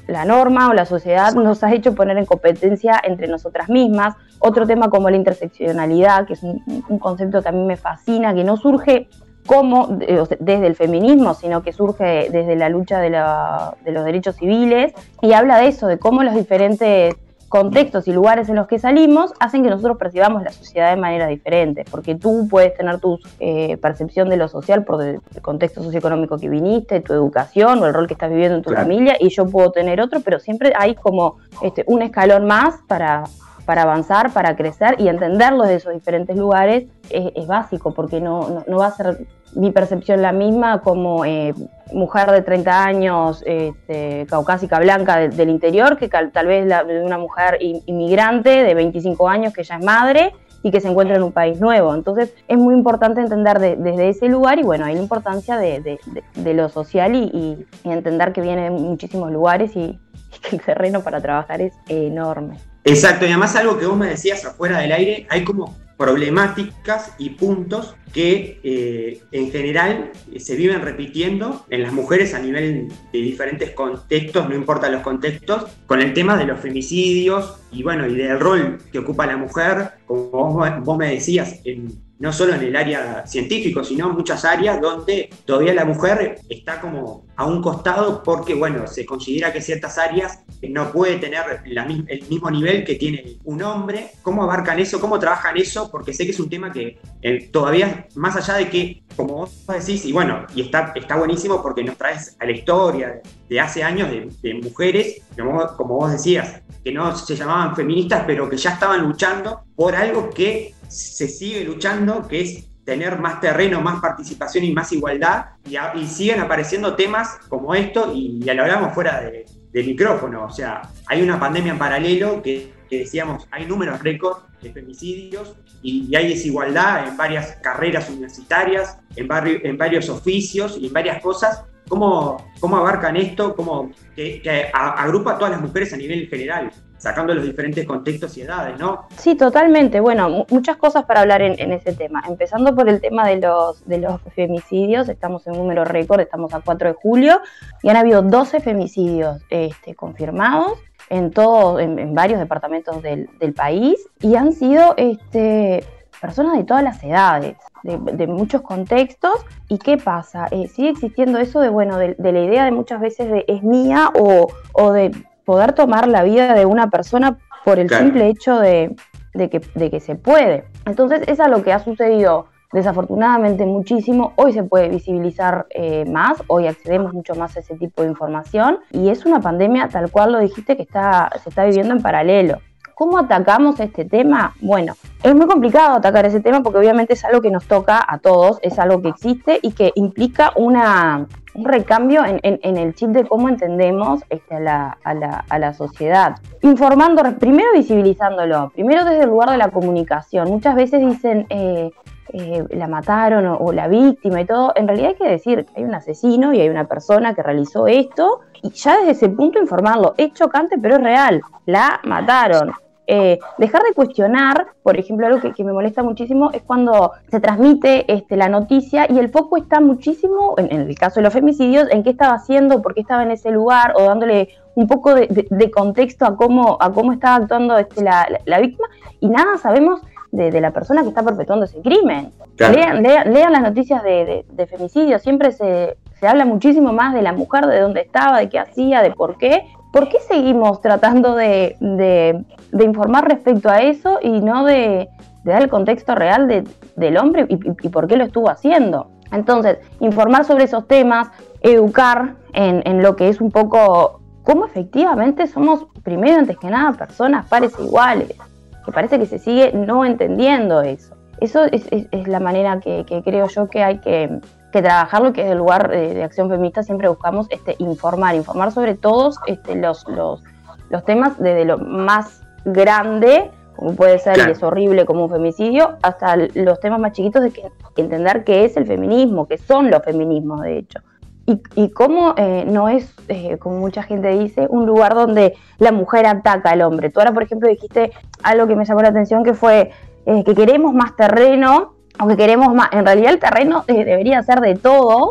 la norma o la sociedad nos ha hecho poner en competencia entre nosotras mismas. Otro tema como la interseccionalidad, que es un, un concepto que a mí me fascina, que no surge como desde el feminismo, sino que surge desde la lucha de, la, de los derechos civiles, y habla de eso, de cómo los diferentes contextos y lugares en los que salimos hacen que nosotros percibamos la sociedad de manera diferente, porque tú puedes tener tu eh, percepción de lo social por el contexto socioeconómico que viniste, tu educación o el rol que estás viviendo en tu claro. familia, y yo puedo tener otro, pero siempre hay como este, un escalón más para, para avanzar, para crecer, y entenderlo de esos diferentes lugares es, es básico, porque no, no, no va a ser mi percepción la misma como eh, mujer de treinta años, este, caucásica, blanca de, del interior, que cal, tal vez la, de una mujer inmigrante de veinticinco años que ya es madre y que se encuentra en un país nuevo. Entonces es muy importante entender de, desde ese lugar, y bueno, hay la importancia de, de, de, de lo social y, y, y entender que viene de muchísimos lugares y, y que el terreno para trabajar es enorme. Exacto, y además algo que vos me decías afuera del aire, hay como problemáticas y puntos que eh, en general eh, se viven repitiendo en las mujeres a nivel de diferentes contextos, no importa los contextos, con el tema de los femicidios y bueno, y del rol que ocupa la mujer, como vos, vos me decías, en, no solo en el área científico, sino en muchas áreas donde todavía la mujer está como a un costado porque, bueno, se considera que ciertas áreas no puede tener la, el mismo nivel que tiene un hombre. ¿Cómo abarcan eso? ¿Cómo trabajan eso? Porque sé que es un tema que eh, todavía, más allá de que, como vos decís, y bueno, y está, está buenísimo porque nos traes a la historia de hace años de, de mujeres, como, como vos decías, que no se llamaban feministas, pero que ya estaban luchando por algo que se sigue luchando, que es tener más terreno, más participación y más igualdad, y, a, y siguen apareciendo temas como esto, y ya lo hablamos fuera de, de micrófono, o sea, hay una pandemia en paralelo que, que decíamos, hay números récord de femicidios, y, y hay desigualdad en varias carreras universitarias, en, barrio, en varios oficios y en varias cosas. ¿Cómo, cómo abarcan esto? ¿Cómo que, que agrupa a todas las mujeres a nivel general, sacando los diferentes contextos y edades, ¿no? Sí, totalmente. Bueno, muchas cosas para hablar en, en ese tema. Empezando por el tema de los, de los femicidios, estamos en un número récord, estamos a cuatro de julio, y han habido doce femicidios este, confirmados en, todo, en, en varios departamentos del, del país, y han sido este, personas de todas las edades. De, de muchos contextos. ¿Y qué pasa? Eh, sigue existiendo eso de, bueno, de, de la idea de muchas veces de es mía, o, o de poder tomar la vida de una persona por el claro. simple hecho de, de, que, de que se puede. Entonces es algo que ha sucedido desafortunadamente muchísimo. Hoy se puede visibilizar eh, más, hoy accedemos mucho más a ese tipo de información, y es una pandemia, tal cual lo dijiste, que está, se está viviendo en paralelo. ¿Cómo atacamos este tema? Bueno, es muy complicado atacar ese tema porque obviamente es algo que nos toca a todos, es algo que existe y que implica una, un recambio en, en, en el chip de cómo entendemos este, a, la, a, la, a la sociedad. Informando, primero visibilizándolo, primero desde el lugar de la comunicación. Muchas veces dicen, eh, eh, la mataron o, o la víctima y todo. En realidad hay que decir que hay un asesino y hay una persona que realizó esto, y ya desde ese punto informarlo. Es chocante, pero es real. La mataron. Eh, dejar de cuestionar, por ejemplo, algo que, que me molesta muchísimo es cuando se transmite este, la noticia y el foco está muchísimo, en, en el caso de los femicidios, en qué estaba haciendo, por qué estaba en ese lugar, o dándole un poco de, de, de contexto a cómo, a cómo estaba actuando este, la, la, la víctima, y nada sabemos de, de la persona que está perpetuando ese crimen. Claro. Lean, lean, lean las noticias de, de, de femicidio, siempre se, se habla muchísimo más de la mujer, de dónde estaba, de qué hacía, de por qué. ¿Por qué seguimos tratando de, de, de informar respecto a eso y no de, de dar el contexto real de, del hombre y, y, y por qué lo estuvo haciendo? Entonces, informar sobre esos temas, educar en, en lo que es un poco cómo efectivamente somos, primero antes que nada, personas pares e iguales, que parece que se sigue no entendiendo eso. Eso es, es, es la manera que, que creo yo que hay que... que trabajarlo, que desde el lugar de, de Acción Feminista siempre buscamos este, informar, informar sobre todos este, los, los, los temas, desde lo más grande, como puede ser, claro, y es horrible como un femicidio, hasta los temas más chiquitos de que, entender qué es el feminismo, qué son los feminismos, de hecho. Y, y cómo eh, no es, eh, como mucha gente dice, un lugar donde la mujer ataca al hombre. Tú ahora, por ejemplo, dijiste algo que me llamó la atención, que fue eh, que queremos más terreno, aunque queremos más. En realidad el terreno eh, debería ser de todos,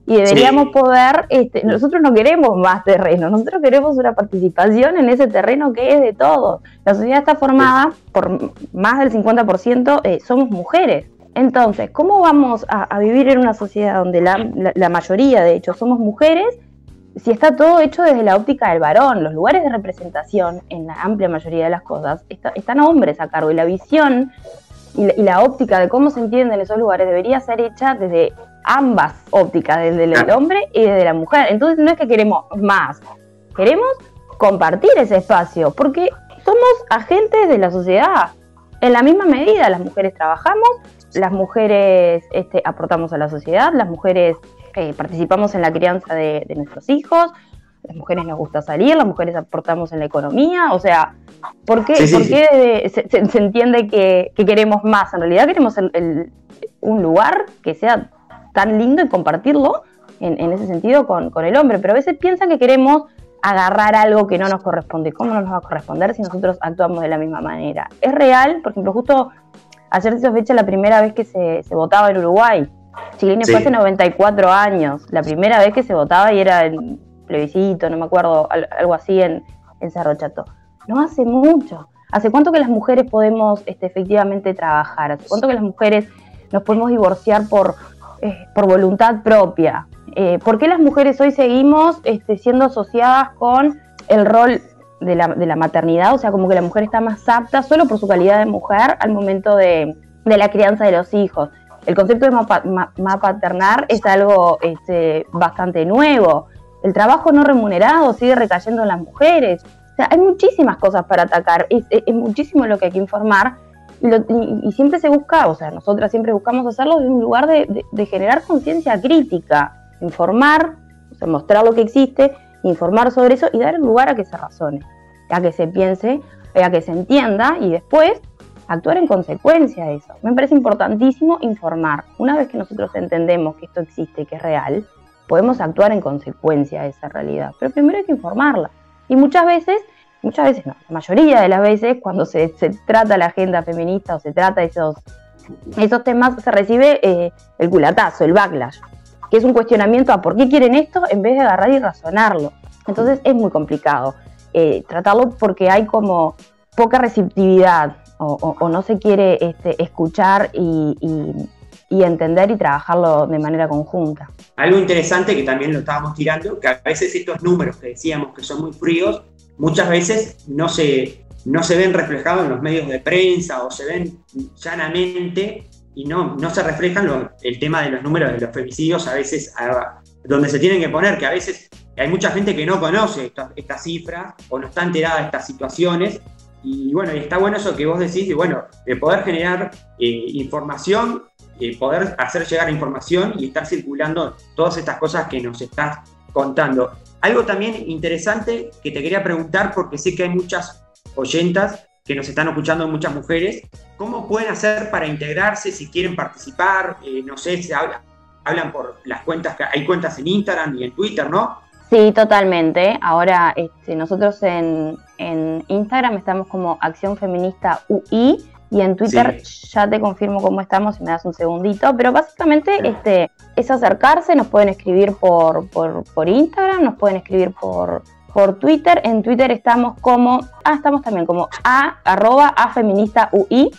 y deberíamos Sí. poder, este, nosotros no queremos más terreno, nosotros queremos una participación en ese terreno que es de todos. La sociedad está formada por más del cincuenta por ciento, eh, somos mujeres. Entonces, ¿cómo vamos a, a vivir en una sociedad donde la, la, la mayoría, de hecho, somos mujeres, si está todo hecho desde la óptica del varón? Los lugares de representación, en la amplia mayoría de las cosas, está, están hombres a cargo, y la visión y la, y la óptica de cómo se entienden esos lugares debería ser hecha desde ambas ópticas, desde el Claro. hombre y desde la mujer. Entonces no es que queremos más, queremos compartir ese espacio, porque somos agentes de la sociedad. En la misma medida, las mujeres trabajamos, las mujeres este, aportamos a la sociedad, las mujeres eh, participamos en la crianza de, de nuestros hijos, las mujeres nos gusta salir, las mujeres aportamos en la economía. O sea, ¿por qué, Sí, sí, ¿por sí. qué se, se- se entiende que, que queremos más? En realidad queremos el- el- un lugar que sea tan lindo y compartirlo en, en ese sentido con, con el hombre, pero a veces piensan que queremos agarrar algo que no nos corresponde. ¿Cómo no nos va a corresponder si nosotros actuamos de la misma manera? Es real, por ejemplo, justo ayer se fecha la primera vez que se, se votaba en Uruguay. Chilean Sí. fue hace noventa y cuatro años, la primera vez que se votaba, y era el plebiscito, no me acuerdo, al- algo así en, en Cerro Chato. No hace mucho. ¿Hace cuánto que las mujeres podemos este, efectivamente trabajar? ¿Hace cuánto que las mujeres nos podemos divorciar por, eh, por voluntad propia? Eh, ¿Por qué las mujeres hoy seguimos este, siendo asociadas con el rol de la, de la maternidad? O sea, como que la mujer está más apta solo por su calidad de mujer al momento de, de la crianza de los hijos. El concepto de mapa, ma, mapaternar es algo este, bastante nuevo. El trabajo no remunerado sigue recayendo en las mujeres. O sea, hay muchísimas cosas para atacar, es, es, es muchísimo lo que hay que informar, y, lo, y, y siempre se busca, o sea, nosotras siempre buscamos hacerlo desde un lugar de, de, de generar conciencia crítica, informar, o sea, mostrar lo que existe, informar sobre eso y dar lugar a que se razone, a que se piense, a que se entienda, y después actuar en consecuencia de eso. Me parece importantísimo informar. Una vez que nosotros entendemos que esto existe, que es real, podemos actuar en consecuencia de esa realidad, pero primero hay que informarla. Y muchas veces, muchas veces no, la mayoría de las veces, cuando se, se trata la agenda feminista o se trata esos, esos temas, se recibe eh, el culatazo, el backlash, que es un cuestionamiento a por qué quieren esto en vez de agarrar y razonarlo. Entonces es muy complicado eh, tratarlo, porque hay como poca receptividad o, o, o no se quiere este, escuchar y, y, y entender y trabajarlo de manera conjunta. Algo interesante que también lo estábamos tirando, que a veces estos números que decíamos que son muy fríos, muchas veces no se, no se ven reflejados en los medios de prensa o se ven llanamente y no, no se reflejan lo, el tema de los números de los femicidios a veces a, donde se tienen que poner, que a veces hay mucha gente que no conoce estas esta cifras o no está enterada de estas situaciones. Y bueno, y está bueno eso que vos decís, de, bueno, de poder generar eh, información, eh, poder hacer llegar información y estar circulando todas estas cosas que nos estás contando. Algo también interesante que te quería preguntar, porque sé que hay muchas oyentas que nos están escuchando, muchas mujeres, ¿cómo pueden hacer para integrarse si quieren participar? Eh, no sé, se habla, hablan por las cuentas, que hay cuentas en Instagram y en Twitter, ¿no? Sí, totalmente. Ahora este, nosotros en, en Instagram estamos como Acción Feminista U I, y en Twitter sí. Ya te confirmo cómo estamos si me das un segundito, pero básicamente sí. este, es acercarse, nos pueden escribir por, por, por Instagram, nos pueden escribir por, por Twitter. En Twitter estamos como, ah, estamos también como a, arroba a feminista U I.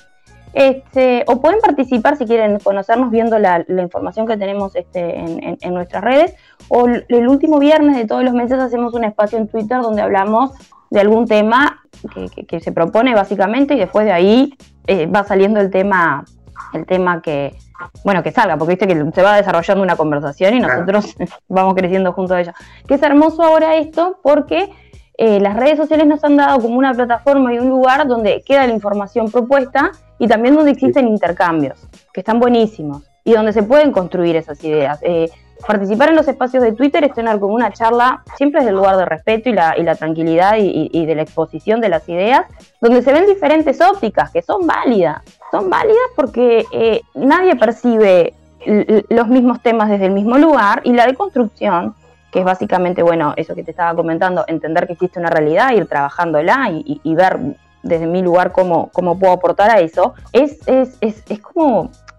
Este, o pueden participar si quieren conocernos viendo la, la información que tenemos este, en, en, en nuestras redes, o el último viernes de todos los meses hacemos un espacio en Twitter donde hablamos de algún tema que, que, que se propone básicamente, y después de ahí eh, va saliendo el tema el tema que, bueno, que salga, porque viste que se va desarrollando una conversación y nosotros claro. Vamos creciendo junto a ella. Que es hermoso ahora esto, porque eh, las redes sociales nos han dado como una plataforma y un lugar donde queda la información propuesta, y también donde existen intercambios, que están buenísimos, y donde se pueden construir esas ideas. Eh, participar en los espacios de Twitter es tener como una charla, siempre desde el lugar de respeto y la, y la tranquilidad y, y, y de la exposición de las ideas, donde se ven diferentes ópticas que son válidas. Son válidas porque eh, nadie percibe l- los mismos temas desde el mismo lugar, y la deconstrucción, que es básicamente, bueno, eso que te estaba comentando, entender que existe una realidad, ir trabajándola y, y, y ver desde mi lugar cómo, cómo puedo aportar a eso, es, es, es, es como,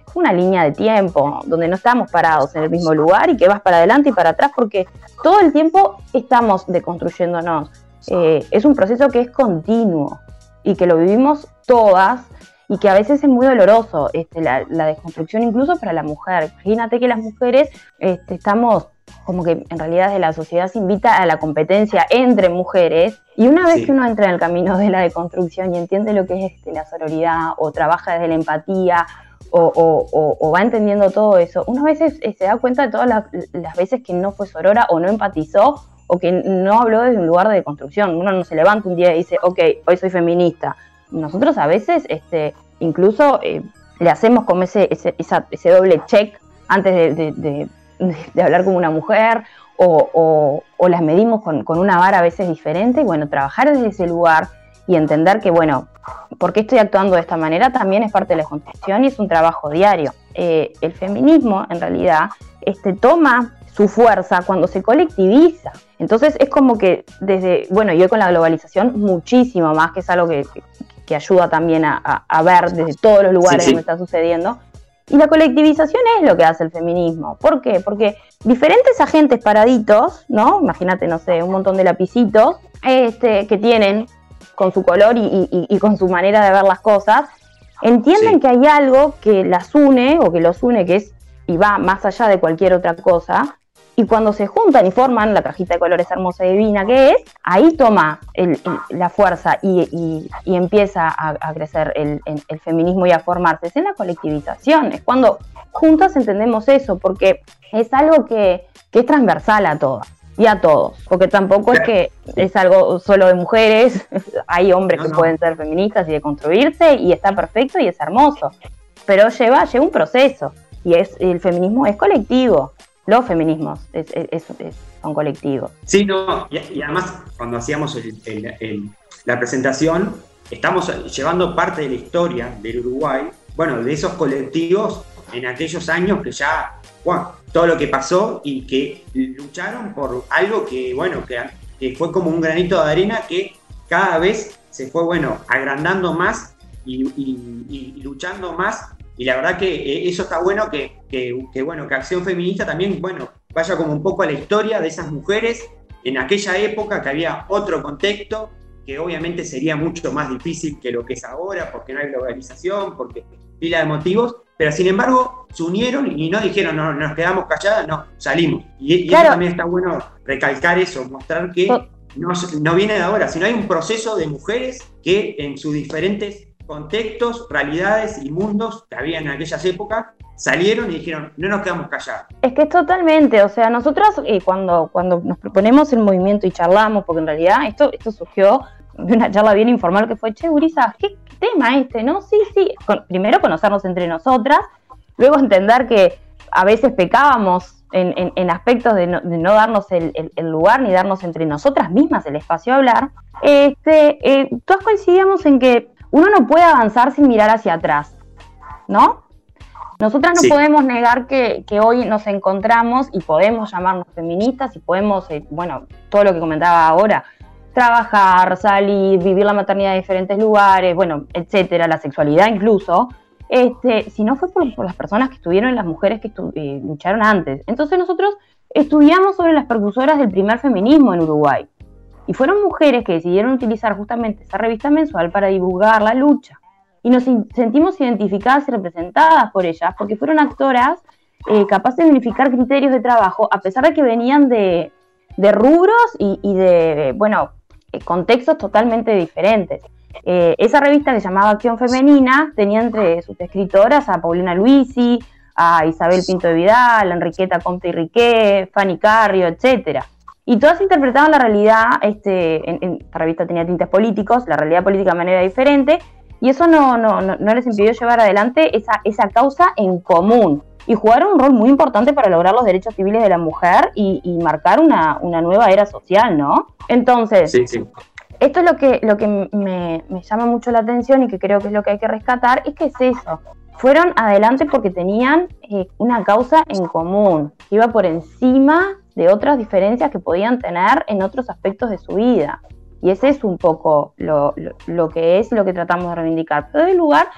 una línea de tiempo, donde no estamos parados en el mismo lugar y que vas para adelante y para atrás, porque todo el tiempo estamos deconstruyéndonos. Eh, es un proceso que es continuo y que lo vivimos todas y que a veces es muy doloroso, este, la, la desconstrucción incluso para la mujer. Imagínate que las mujeres este, estamos como que en realidad desde la sociedad se invita a la competencia entre mujeres, y una vez sí. que uno entra en el camino de la deconstrucción y entiende lo que es este, la sororidad, o trabaja desde la empatía, o, o, o, o va entendiendo todo eso, uno a veces se da cuenta de todas las, las veces que no fue sorora o no empatizó, o que no habló desde un lugar de deconstrucción. Uno no se levanta un día y dice, ok, hoy soy feminista. Nosotros a veces este, incluso eh, le hacemos como ese, ese, esa, ese doble check antes de, de, de, de hablar con una mujer, o, o, o las medimos con, con una vara a veces diferente. Y bueno, trabajar desde ese lugar y entender que, bueno, ¿por qué estoy actuando de esta manera? También es parte de la construcción y es un trabajo diario. Eh, el feminismo, en realidad, este, toma su fuerza cuando se colectiviza. Entonces es como que desde, bueno, y hoy con la globalización muchísimo más, que es algo que, que, que ayuda también a, a, a ver desde todos los lugares sí, sí. donde está sucediendo. Y la colectivización es lo que hace el feminismo. ¿Por qué? Porque diferentes agentes paraditos, ¿no? Imagínate, no sé, un montón de lapicitos este, que tienen con su color y, y, y con su manera de ver las cosas, entienden sí. que hay algo que las une o que los une, que es y va más allá de cualquier otra cosa, y cuando se juntan y forman la cajita de colores hermosa y divina que es, ahí toma el, el, la fuerza y, y, y empieza a, a crecer el, el, el feminismo y a formarse. Es en la colectivización, es cuando juntas entendemos eso, porque es algo que, que es transversal a todas y a todos, porque tampoco es que es algo solo de mujeres, hay hombres no, que no. pueden ser feministas y deconstruirse, y está perfecto y es hermoso, pero lleva, lleva un proceso. Y es el feminismo es colectivo, los feminismos es, es, es, son colectivos. Sí, no, y, y además cuando hacíamos el, el, el, la presentación, estamos llevando parte de la historia del Uruguay, bueno, de esos colectivos en aquellos años que ya, bueno, todo lo que pasó y que lucharon por algo que, bueno, que, que fue como un granito de arena que cada vez se fue, bueno, agrandando más y, y, y, y luchando más. Y la verdad que eso está bueno, que, que, que, bueno, que Acción Feminista también, bueno, vaya como un poco a la historia de esas mujeres en aquella época, que había otro contexto, que obviamente sería mucho más difícil que lo que es ahora, porque no hay globalización, porque pila de motivos, pero sin embargo se unieron y no dijeron, no, nos quedamos calladas, no, salimos. Y, y claro. Eso también está bueno recalcar eso, mostrar que no, no viene de ahora, sino hay un proceso de mujeres que en sus diferentes contextos, realidades y mundos que había en aquellas épocas, salieron y dijeron, no nos quedamos callados. Es que totalmente, o sea, nosotros eh, cuando, cuando nos proponemos el movimiento y charlamos, porque en realidad esto, esto surgió de una charla bien informal que fue, che, gurisas, ¿qué, qué tema este? ¿No? Sí, sí, Con, primero conocernos entre nosotras, luego entender que a veces pecábamos en, en, en aspectos de no, de no darnos el, el, el lugar, ni darnos entre nosotras mismas el espacio a hablar. Este, eh, todas coincidíamos en que uno no puede avanzar sin mirar hacia atrás, ¿no? Nosotras no sí. podemos negar que, que hoy nos encontramos y podemos llamarnos feministas y podemos, eh, bueno, todo lo que comentaba ahora, trabajar, salir, vivir la maternidad en diferentes lugares, bueno, etcétera, la sexualidad incluso, este, si no fue por, por las personas que estuvieron, las mujeres que estu- eh, lucharon antes. Entonces nosotros estudiamos sobre las precursoras del primer feminismo en Uruguay. Y fueron mujeres que decidieron utilizar justamente esa revista mensual para divulgar la lucha. Y nos in- sentimos identificadas y representadas por ellas, porque fueron actoras eh, capaces de unificar criterios de trabajo, a pesar de que venían de, de rubros y, y de, bueno, eh, contextos totalmente diferentes. Eh, esa revista que se llamaba Acción Femenina tenía entre sus escritoras a Paulina Luisi, a Isabel Pinto de Vidal, a Enriqueta Comte y Riquet, Fanny Carrio, etcétera. Y todas interpretaban la realidad, este, en, en esta revista tenía tintes políticos, la realidad política de manera diferente, y eso no, no, no, no les impidió llevar adelante esa, esa causa en común. Y jugaron un rol muy importante para lograr los derechos civiles de la mujer y, y marcar una, una nueva era social, ¿no? Entonces, sí, sí. esto es lo que, lo que me, me llama mucho la atención y que creo que es lo que hay que rescatar, es que es eso. Fueron adelante porque tenían eh, una causa en común, que iba por encima de otras diferencias que podían tener en otros aspectos de su vida. Y ese es un poco lo, lo, lo que es y lo que tratamos de reivindicar. Pero doy lugar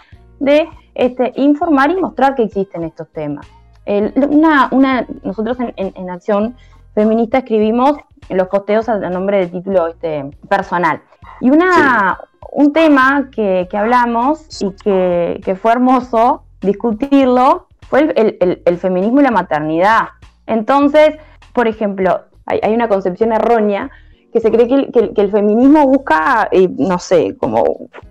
de este, informar y mostrar que existen estos temas. El, una, una, nosotros en, en, en Acción Feminista escribimos los posteos a nombre de título este, personal. Y una, sí. un tema que, que hablamos y que, que fue hermoso discutirlo fue el, el, el, el feminismo y la maternidad. Entonces, por ejemplo, hay, hay una concepción errónea que se cree que el, que, que el feminismo busca, eh, no sé, como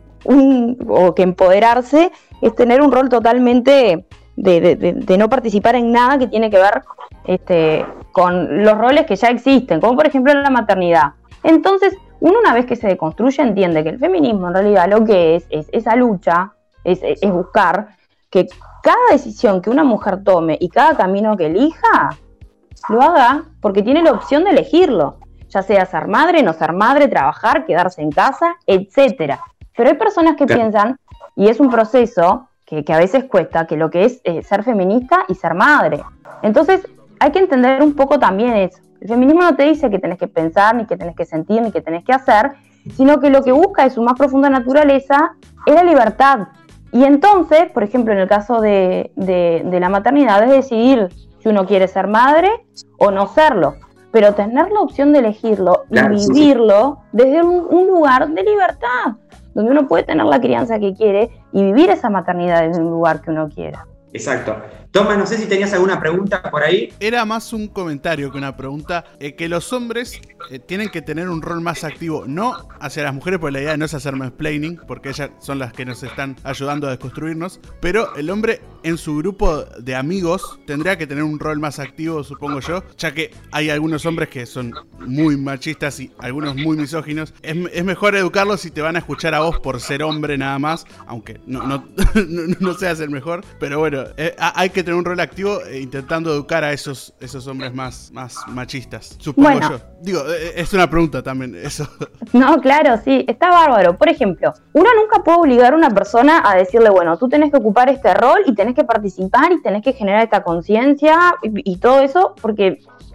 un, o que empoderarse es tener un rol totalmente de, de, de, de no participar en nada que tiene que ver este, con los roles que ya existen, como por ejemplo la maternidad. Entonces, uno una vez que se deconstruye entiende que el feminismo en realidad lo que es, es esa lucha, es, es buscar que cada decisión que una mujer tome y cada camino que elija, lo haga porque tiene la opción de elegirlo, ya sea ser madre, no ser madre, trabajar, quedarse en casa, etcétera. Pero hay personas que claro. piensan, y es un proceso que, que a veces cuesta, que lo que es eh, ser feminista y ser madre. Entonces hay que entender un poco también eso. El feminismo no te dice que tenés que pensar, ni que tenés que sentir, ni que tenés que hacer, sino que lo que busca en su más profunda naturaleza es la libertad. Y entonces, por ejemplo, en el caso de, de, de la maternidad, es decidir si uno quiere ser madre o no serlo. Pero tener la opción de elegirlo y claro, vivirlo sí, sí. desde un, un lugar de libertad, donde uno puede tener la crianza que quiere y vivir esa maternidad desde un lugar que uno quiera. Exacto. Tomás, no sé si tenías alguna pregunta por ahí. Era más un comentario que una pregunta, eh, que los hombres eh, tienen que tener un rol más activo, no hacia las mujeres, porque la idea no es hacer mansplaining, porque ellas son las que nos están ayudando a desconstruirnos, pero el hombre en su grupo de amigos tendría que tener un rol más activo, supongo yo, ya que hay algunos hombres que son muy machistas y algunos muy misóginos. Es, es mejor educarlos si te van a escuchar a vos por ser hombre nada más, aunque no, no, no, no seas el mejor, pero bueno, eh, hay que tener un rol activo eh, intentando educar a esos, esos hombres más, más machistas, supongo bueno. yo. Digo, eh, es una pregunta también eso. No, claro, sí, está bárbaro. Por ejemplo, uno nunca puede obligar a una persona a decirle, bueno, tú tenés que ocupar este rol y tenés que participar y tenés que generar esta conciencia y, y todo eso, porque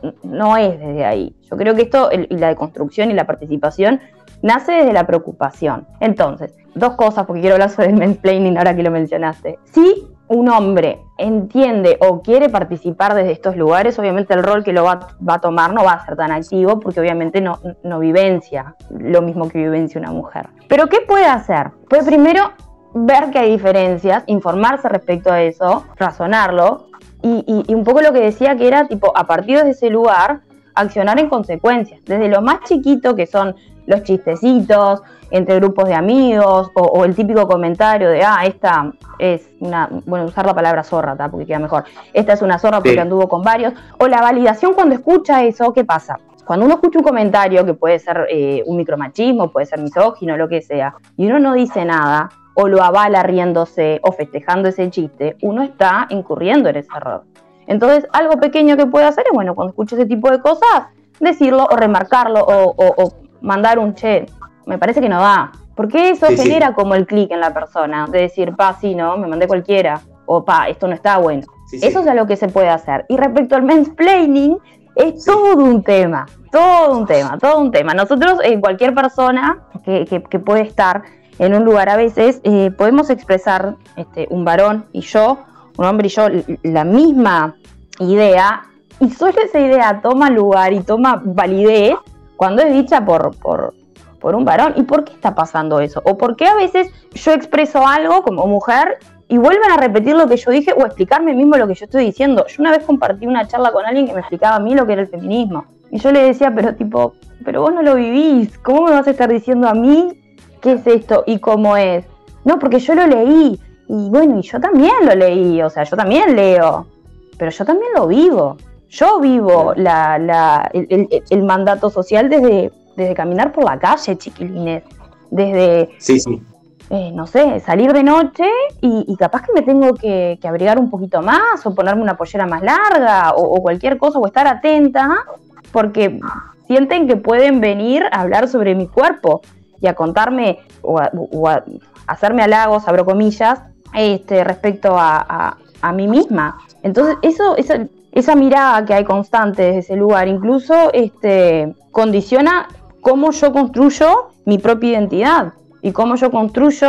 no es desde ahí. Yo creo que esto, el, la deconstrucción y la participación, nace desde la preocupación. Entonces, dos cosas, porque quiero hablar sobre el mansplaining ahora que lo mencionaste. Si un hombre entiende o quiere participar desde estos lugares, obviamente el rol que lo va, va a tomar no va a ser tan activo, porque obviamente no, no vivencia lo mismo que vivencia una mujer. Pero ¿qué puede hacer? Puede primero ver que hay diferencias, informarse respecto a eso, razonarlo, y, y, y un poco lo que decía que era, tipo, a partir de ese lugar, accionar en consecuencia. Desde lo más chiquito, que son los chistecitos entre grupos de amigos, o, o el típico comentario de, ah, esta es una, bueno, usar la palabra zorra, ¿tá? Porque queda mejor, esta es una zorra porque sí. anduvo con varios, o la validación cuando escucha eso, ¿qué pasa? Cuando uno escucha un comentario que puede ser eh, un micromachismo, puede ser misógino, lo que sea, y uno no dice nada, o lo avala riéndose o festejando ese chiste, uno está incurriendo en ese error. Entonces, algo pequeño que puede hacer es, bueno, cuando escuche ese tipo de cosas, decirlo o remarcarlo o, o, o mandar un che, me parece que no da. Porque eso sí, genera sí. como el clic en la persona, de decir, pa, sí, no, me mandé cualquiera, o pa, esto no está bueno. Sí, eso sí. es algo que se puede hacer. Y respecto al mansplaining, es sí. todo un tema, todo un tema, todo un tema. Nosotros, eh, cualquier persona que, que, que puede estar en un lugar a veces, eh, podemos expresar, este, un varón y yo, un hombre y yo, la misma idea, y solo esa idea toma lugar y toma validez cuando es dicha por, por, por un varón. ¿Y por qué está pasando eso? ¿O por qué a veces yo expreso algo como mujer y vuelven a repetir lo que yo dije o explicarme mismo lo que yo estoy diciendo? Yo una vez compartí una charla con alguien que me explicaba a mí lo que era el feminismo. Y yo le decía, pero tipo, pero vos no lo vivís, ¿cómo me vas a estar diciendo a mí qué es esto y cómo es? No, porque yo lo leí. Y bueno, y yo también lo leí, o sea, yo también leo, pero yo también lo vivo. Yo vivo la, la, el, el, el mandato social desde, desde caminar por la calle, chiquilines. Desde, sí, sí. Eh, no sé, salir de noche y, y capaz que me tengo que, que abrigar un poquito más o ponerme una pollera más larga o, o cualquier cosa o estar atenta porque sienten que pueden venir a hablar sobre mi cuerpo y a contarme o a, o a hacerme halagos, abro comillas, este, respecto a, a, a mí misma. Entonces, eso, esa, esa mirada que hay constante desde ese lugar, incluso este, condiciona cómo yo construyo mi propia identidad y cómo yo construyo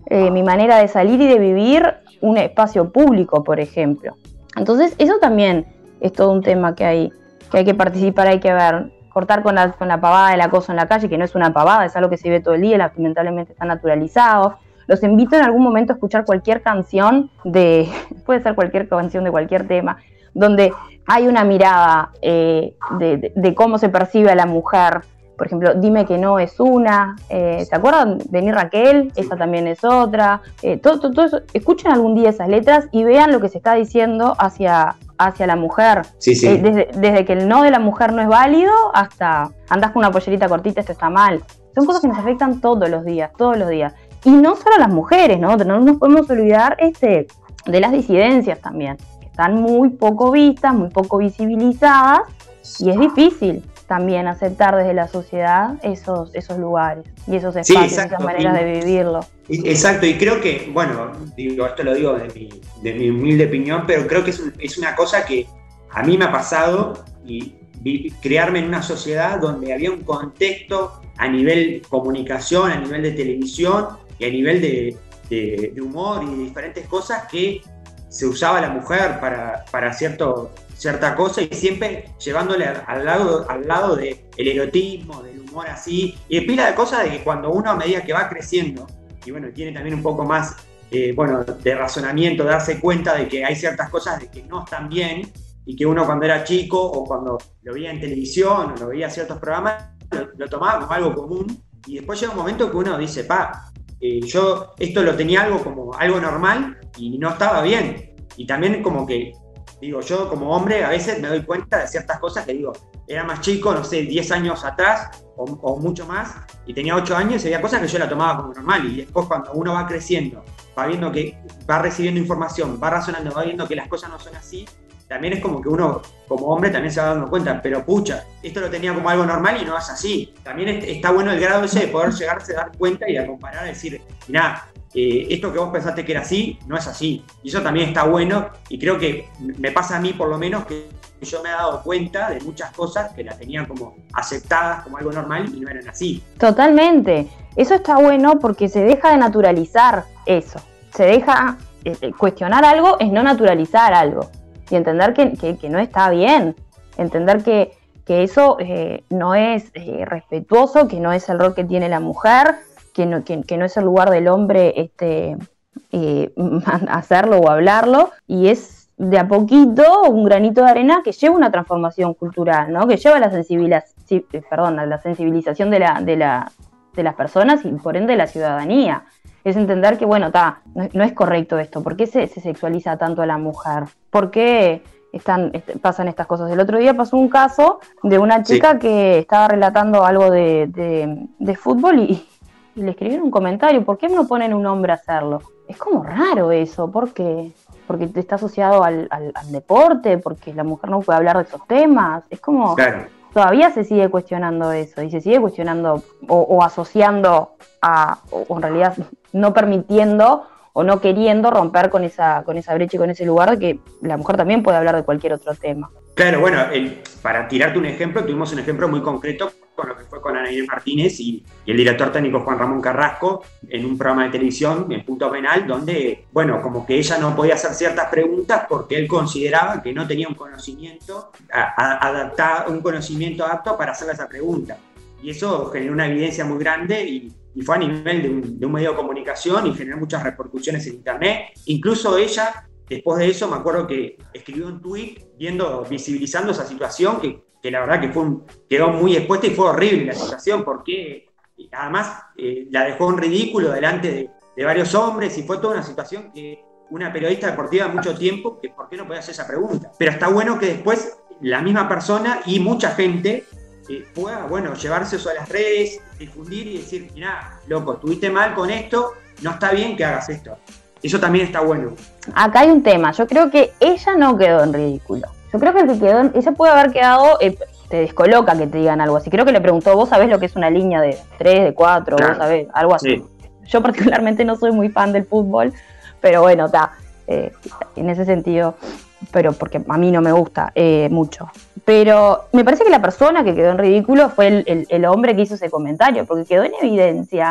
eh, mi manera de salir y de vivir un espacio público, por ejemplo. Entonces, eso también es todo un tema que hay que, hay que participar, hay que ver. Cortar con la, con la pavada del acoso en la calle, que no es una pavada, es algo que se ve todo el día, lamentablemente está naturalizado. Los invito en algún momento a escuchar cualquier canción de, puede ser cualquier canción de cualquier tema, donde hay una mirada eh, de, de, de cómo se percibe a la mujer. Por ejemplo, Dime que no es una, eh, ¿se acuerdan? Vení Raquel, esa también es otra. Eh, todo, todo, todo eso. Escuchen algún día esas letras y vean lo que se está diciendo hacia, hacia la mujer. Sí, sí. Eh, desde, desde que el no de la mujer no es válido hasta andás con una pollerita cortita, esto está mal. Son cosas que nos afectan todos los días, todos los días. Y no solo a las mujeres, ¿no? No nos podemos olvidar este, de las disidencias también, que están muy poco vistas, muy poco visibilizadas, y es difícil también aceptar desde la sociedad esos, esos lugares y esos espacios, sí, esas maneras de vivirlo. Exacto, y creo que, bueno, digo, esto lo digo de mi, de mi humilde opinión, pero creo que es, un, es una cosa que a mí me ha pasado y vi, crearme en una sociedad donde había un contexto a nivel comunicación, a nivel de televisión y a nivel de, de, de humor y de diferentes cosas que se usaba la mujer para, para cierto... cierta cosa y siempre llevándole al, al lado al lado del erotismo, del humor así, y de pila de cosas de que cuando uno a medida que va creciendo, y bueno, tiene también un poco más eh, bueno, de razonamiento, de darse cuenta de que hay ciertas cosas de que no están bien, y que uno cuando era chico o cuando lo veía en televisión o lo veía en ciertos programas, lo, lo tomaba como algo común, y después llega un momento que uno dice, pa, eh, yo esto lo tenía algo como algo normal y no estaba bien, y también como que digo, yo como hombre a veces me doy cuenta de ciertas cosas que digo, era más chico, no sé, diez años atrás o, o mucho más, y tenía ocho años y había cosas que yo la tomaba como normal, y después cuando uno va creciendo, va viendo que va recibiendo información, va razonando, va viendo que las cosas no son así, también es como que uno como hombre también se va dando cuenta, pero pucha, esto lo tenía como algo normal y no es así. También está bueno el grado ese de poder llegarse a dar cuenta y a comparar, a decir, mirá, Eh, esto que vos pensaste que era así, no es así. Y eso también está bueno, y creo que me pasa a mí por lo menos que yo me he dado cuenta de muchas cosas que las tenían como aceptadas como algo normal y no eran así. Totalmente. Eso está bueno porque se deja de naturalizar eso. Se deja eh, cuestionar algo es no naturalizar algo. Y entender que, que, que no está bien. Entender que, que eso eh, no es eh, respetuoso, que no es el rol que tiene la mujer, Que no, que, que no es el lugar del hombre este, eh, hacerlo o hablarlo, y es de a poquito un granito de arena que lleva una transformación cultural, ¿no? Que lleva la, sensibiliz perdón, la sensibilización de, la, de, la, de las personas y por ende de la ciudadanía. Es entender que, bueno, ta, no, no es correcto esto. ¿Por qué se, se sexualiza tanto a la mujer? ¿Por qué están, est pasan estas cosas? El otro día pasó un caso de una chica sí. que estaba relatando algo de, de, de fútbol y y le escribieron un comentario, ¿por qué no ponen un hombre a hacerlo? Es como raro eso, ¿por qué? Porque está asociado al, al, al deporte, porque la mujer no puede hablar de esos temas, es como, claro. Todavía se sigue cuestionando eso, y se sigue cuestionando o, o asociando a, o, o en realidad no permitiendo o no queriendo romper con esa, con esa brecha y con ese lugar de que la mujer también puede hablar de cualquier otro tema. Claro, bueno, el, para tirarte un ejemplo, tuvimos un ejemplo muy concreto con lo que fue con Ana Inés Martínez y, y el director técnico Juan Ramón Carrasco en un programa de televisión en Punto Penal, donde, bueno, como que ella no podía hacer ciertas preguntas porque él consideraba que no tenía un conocimiento adaptado, un conocimiento apto para hacerle esa pregunta. Y eso generó una evidencia muy grande y, y fue a nivel de un, de un medio de comunicación y generó muchas repercusiones en internet. Incluso ella, después de eso, me acuerdo que escribió un tuit viendo, visibilizando esa situación que que la verdad que fue un, quedó muy expuesta y fue horrible la situación porque además eh, la dejó en ridículo delante de, de varios hombres y fue toda una situación que una periodista deportiva mucho tiempo, que por qué no podía hacer esa pregunta. Pero está bueno que después la misma persona y mucha gente eh, pueda, bueno, llevarse eso a las redes, difundir y decir, mirá, loco, estuviste mal con esto, no está bien que hagas esto. Eso también está bueno. Acá hay un tema, yo creo que ella no quedó en ridículo. Yo creo que el que quedó, ella puede haber quedado, eh, te descoloca que te digan algo así. Creo que le preguntó, ¿vos sabés lo que es una línea de tres, de cuatro? Claro. ¿Vos sabés? Algo así. Sí. Yo particularmente no soy muy fan del fútbol, pero bueno, está, eh, en ese sentido, pero porque a mí no me gusta eh, mucho. Pero me parece que la persona que quedó en ridículo fue el, el, el hombre que hizo ese comentario, porque quedó en evidencia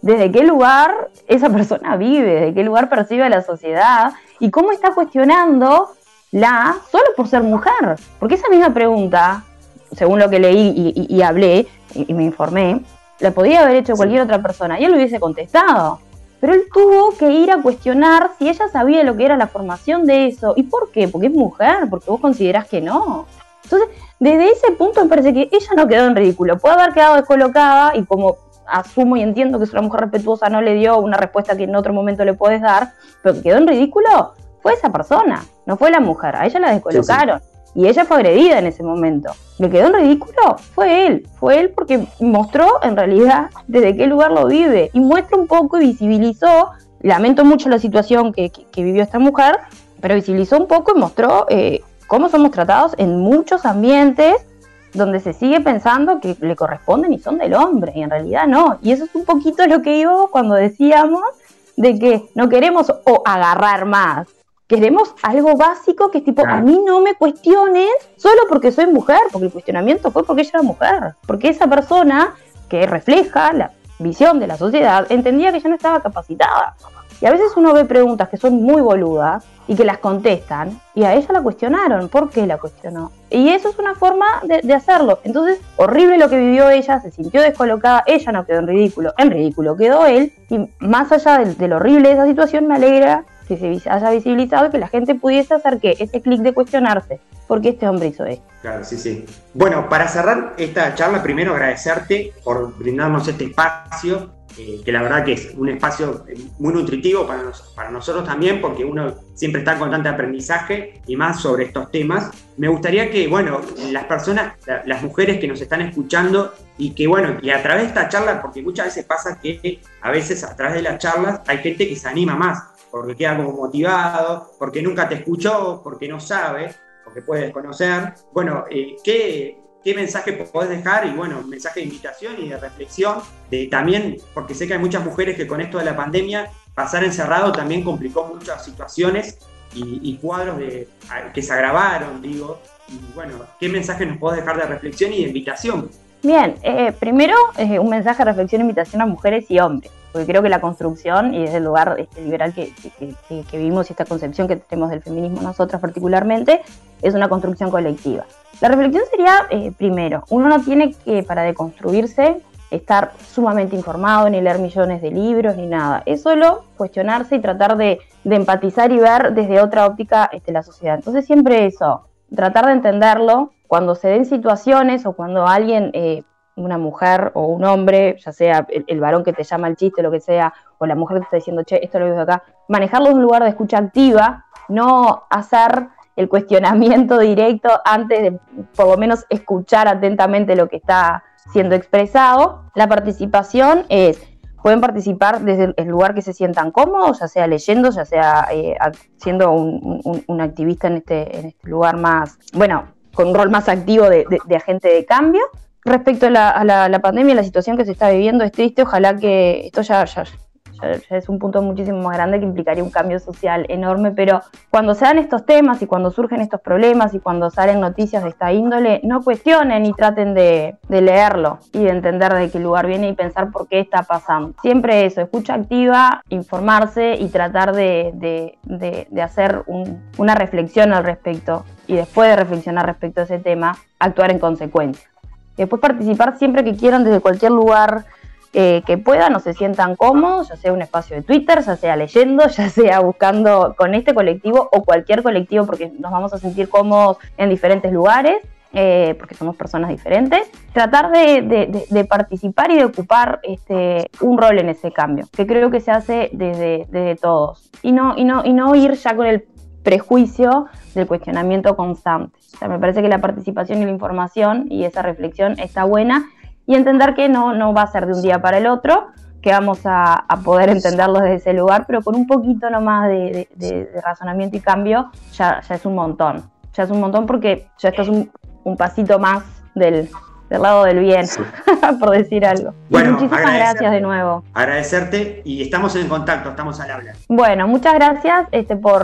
desde qué lugar esa persona vive, desde qué lugar percibe a la sociedad y cómo está cuestionando la solo por ser mujer. Porque esa misma pregunta, según lo que leí y, y, y hablé y, y me informé, la podría haber hecho cualquier otra persona y él lo hubiese contestado. Pero él tuvo que ir a cuestionar si ella sabía lo que era la formación de eso. ¿Y por qué? Porque es mujer, porque vos considerás que no. Entonces, desde ese punto me parece que ella no quedó en ridículo. Puede haber quedado descolocada y como asumo y entiendo que es una mujer respetuosa, no le dio una respuesta que en otro momento le puedes dar, pero que quedó en ridículo fue esa persona, no fue la mujer. A ella la descolocaron. Sí, sí. Y ella fue agredida en ese momento. ¿Le quedó en ridículo? Fue él. Fue él porque mostró en realidad desde qué lugar lo vive. Y muestra un poco y visibilizó, lamento mucho la situación que, que, que vivió esta mujer, pero visibilizó un poco y mostró eh, cómo somos tratados en muchos ambientes donde se sigue pensando que le corresponden y son del hombre. Y en realidad no. Y eso es un poquito lo que íbamos cuando decíamos de que no queremos o agarrar más. Queremos algo básico que es tipo, a mí no me cuestiones solo porque soy mujer, porque el cuestionamiento fue porque ella era mujer, porque esa persona que refleja la visión de la sociedad entendía que ella no estaba capacitada. Y a veces uno ve preguntas que son muy boludas y que las contestan y a ella la cuestionaron. ¿Por qué la cuestionó? Y eso es una forma de, de hacerlo. Entonces, horrible lo que vivió ella, se sintió descolocada, ella no quedó en ridículo, en ridículo quedó él. Y más allá de, de lo horrible de esa situación, me alegra que se haya visibilizado y que la gente pudiese hacer que ese clic de cuestionarse, ¿por qué este hombre hizo esto? Claro, sí, sí. Bueno, para cerrar esta charla, primero agradecerte por brindarnos este espacio, eh, que la verdad que es un espacio muy nutritivo para, nos, para nosotros también, porque uno siempre está en constante aprendizaje y más sobre estos temas. Me gustaría que, bueno, las personas, las mujeres que nos están escuchando y que, bueno, que a través de esta charla, porque muchas veces pasa que a veces a través de las charlas hay gente que se anima más, porque queda como motivado, porque nunca te escuchó, porque no sabe, porque puede desconocer. Bueno, eh, ¿qué, ¿qué mensaje podés dejar? Y bueno, un mensaje de invitación y de reflexión, de, también, porque sé que hay muchas mujeres que con esto de la pandemia, pasar encerrado también complicó muchas situaciones y, y cuadros de, que se agravaron, digo. Y bueno, ¿qué mensaje nos podés dejar de reflexión y de invitación? Bien, eh, primero eh, un mensaje de reflexión e invitación a mujeres y hombres, porque creo que la construcción y desde el lugar este, liberal que, que, que, que vivimos y esta concepción que tenemos del feminismo nosotras particularmente, es una construcción colectiva. La reflexión sería, eh, primero, uno no tiene que, para deconstruirse, estar sumamente informado, ni leer millones de libros, ni nada. Es solo cuestionarse y tratar de, de empatizar y ver desde otra óptica este, la sociedad. Entonces siempre eso, tratar de entenderlo. Cuando se den situaciones o cuando alguien, eh, una mujer o un hombre, ya sea el, el varón que te llama el chiste, lo que sea, o la mujer que te está diciendo, che, esto lo veo de acá, manejarlo en un lugar de escucha activa, no hacer el cuestionamiento directo antes de por lo menos escuchar atentamente lo que está siendo expresado. La participación es, pueden participar desde el lugar que se sientan cómodos, ya sea leyendo, ya sea eh, siendo un, un, un activista en este, en este lugar más, bueno, con un rol más activo de, de, de agente de cambio. Respecto a la, a la, la pandemia, la situación que se está viviendo es triste, ojalá que esto ya, ya, ya, ya es un punto muchísimo más grande que implicaría un cambio social enorme, pero cuando se dan estos temas y cuando surgen estos problemas y cuando salen noticias de esta índole, no cuestionen y traten de, de leerlo y de entender de qué lugar viene y pensar por qué está pasando. Siempre eso, escucha activa, informarse y tratar de, de, de, de hacer un, una reflexión al respecto y después de reflexionar respecto a ese tema, actuar en consecuencia. Después participar siempre que quieran desde cualquier lugar eh, que puedan o se sientan cómodos, ya sea un espacio de Twitter, ya sea leyendo, ya sea buscando con este colectivo o cualquier colectivo, porque nos vamos a sentir cómodos en diferentes lugares, eh, porque somos personas diferentes. Tratar de, de, de, de participar y de ocupar este, un rol en ese cambio, que creo que se hace desde, desde todos. Y no, y, no, y no ir ya con el prejuicio del cuestionamiento constante. O sea, me parece que la participación y la información y esa reflexión está buena y entender que no, no va a ser de un día para el otro, que vamos a, a poder entenderlo desde ese lugar, pero con un poquito nomás de, de, de, de razonamiento y cambio ya, ya es un montón. Ya es un montón porque ya estás un, un pasito más del, del lado del bien, sí. Por decir algo. Bueno, muchísimas gracias de nuevo. Agradecerte y estamos en contacto, estamos al habla. Bueno, muchas gracias este, por...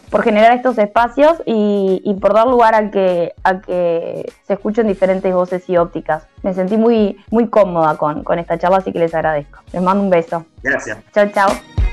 por generar estos espacios y, y por dar lugar a que, a que se escuchen diferentes voces y ópticas. Me sentí muy, muy cómoda con, con esta charla, así que les agradezco. Les mando un beso. Gracias. Chao, chao.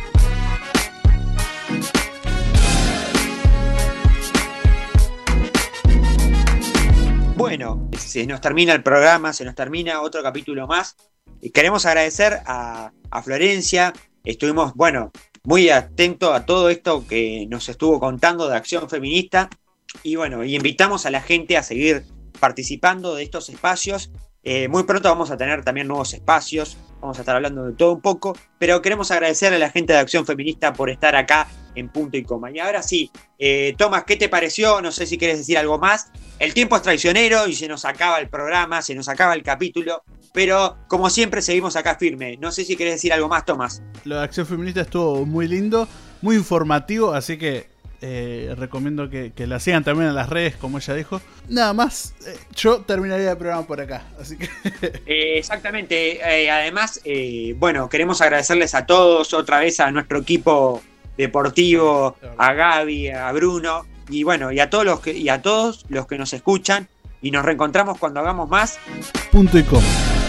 Bueno, se nos termina el programa, se nos termina otro capítulo más. Y queremos agradecer a, a Florencia. Estuvimos, bueno, muy atentos a todo esto que nos estuvo contando de Acción Feminista. Y bueno, y invitamos a la gente a seguir participando de estos espacios. Eh, muy pronto vamos a tener también nuevos espacios. Vamos a estar hablando de todo un poco. Pero queremos agradecer a la gente de Acción Feminista por estar acá en Punto y Coma. Y ahora sí, eh, Tomás, ¿qué te pareció? No sé si quieres decir algo más. El tiempo es traicionero y se nos acaba el programa, se nos acaba el capítulo. Pero como siempre seguimos acá firme. No sé si querés decir algo más, Tomás. Lo de Acción Feminista estuvo muy lindo, muy informativo, así que eh, recomiendo que, que la sigan también en las redes, como ella dijo. Nada más, eh, yo terminaría el programa por acá, así que... eh, exactamente, eh, además, eh, bueno, queremos agradecerles a todos, otra vez a nuestro equipo deportivo, a Gaby, a Bruno, y bueno, y a todos los que, y a todos los que nos escuchan, y nos reencontramos cuando hagamos más Punto y Coma.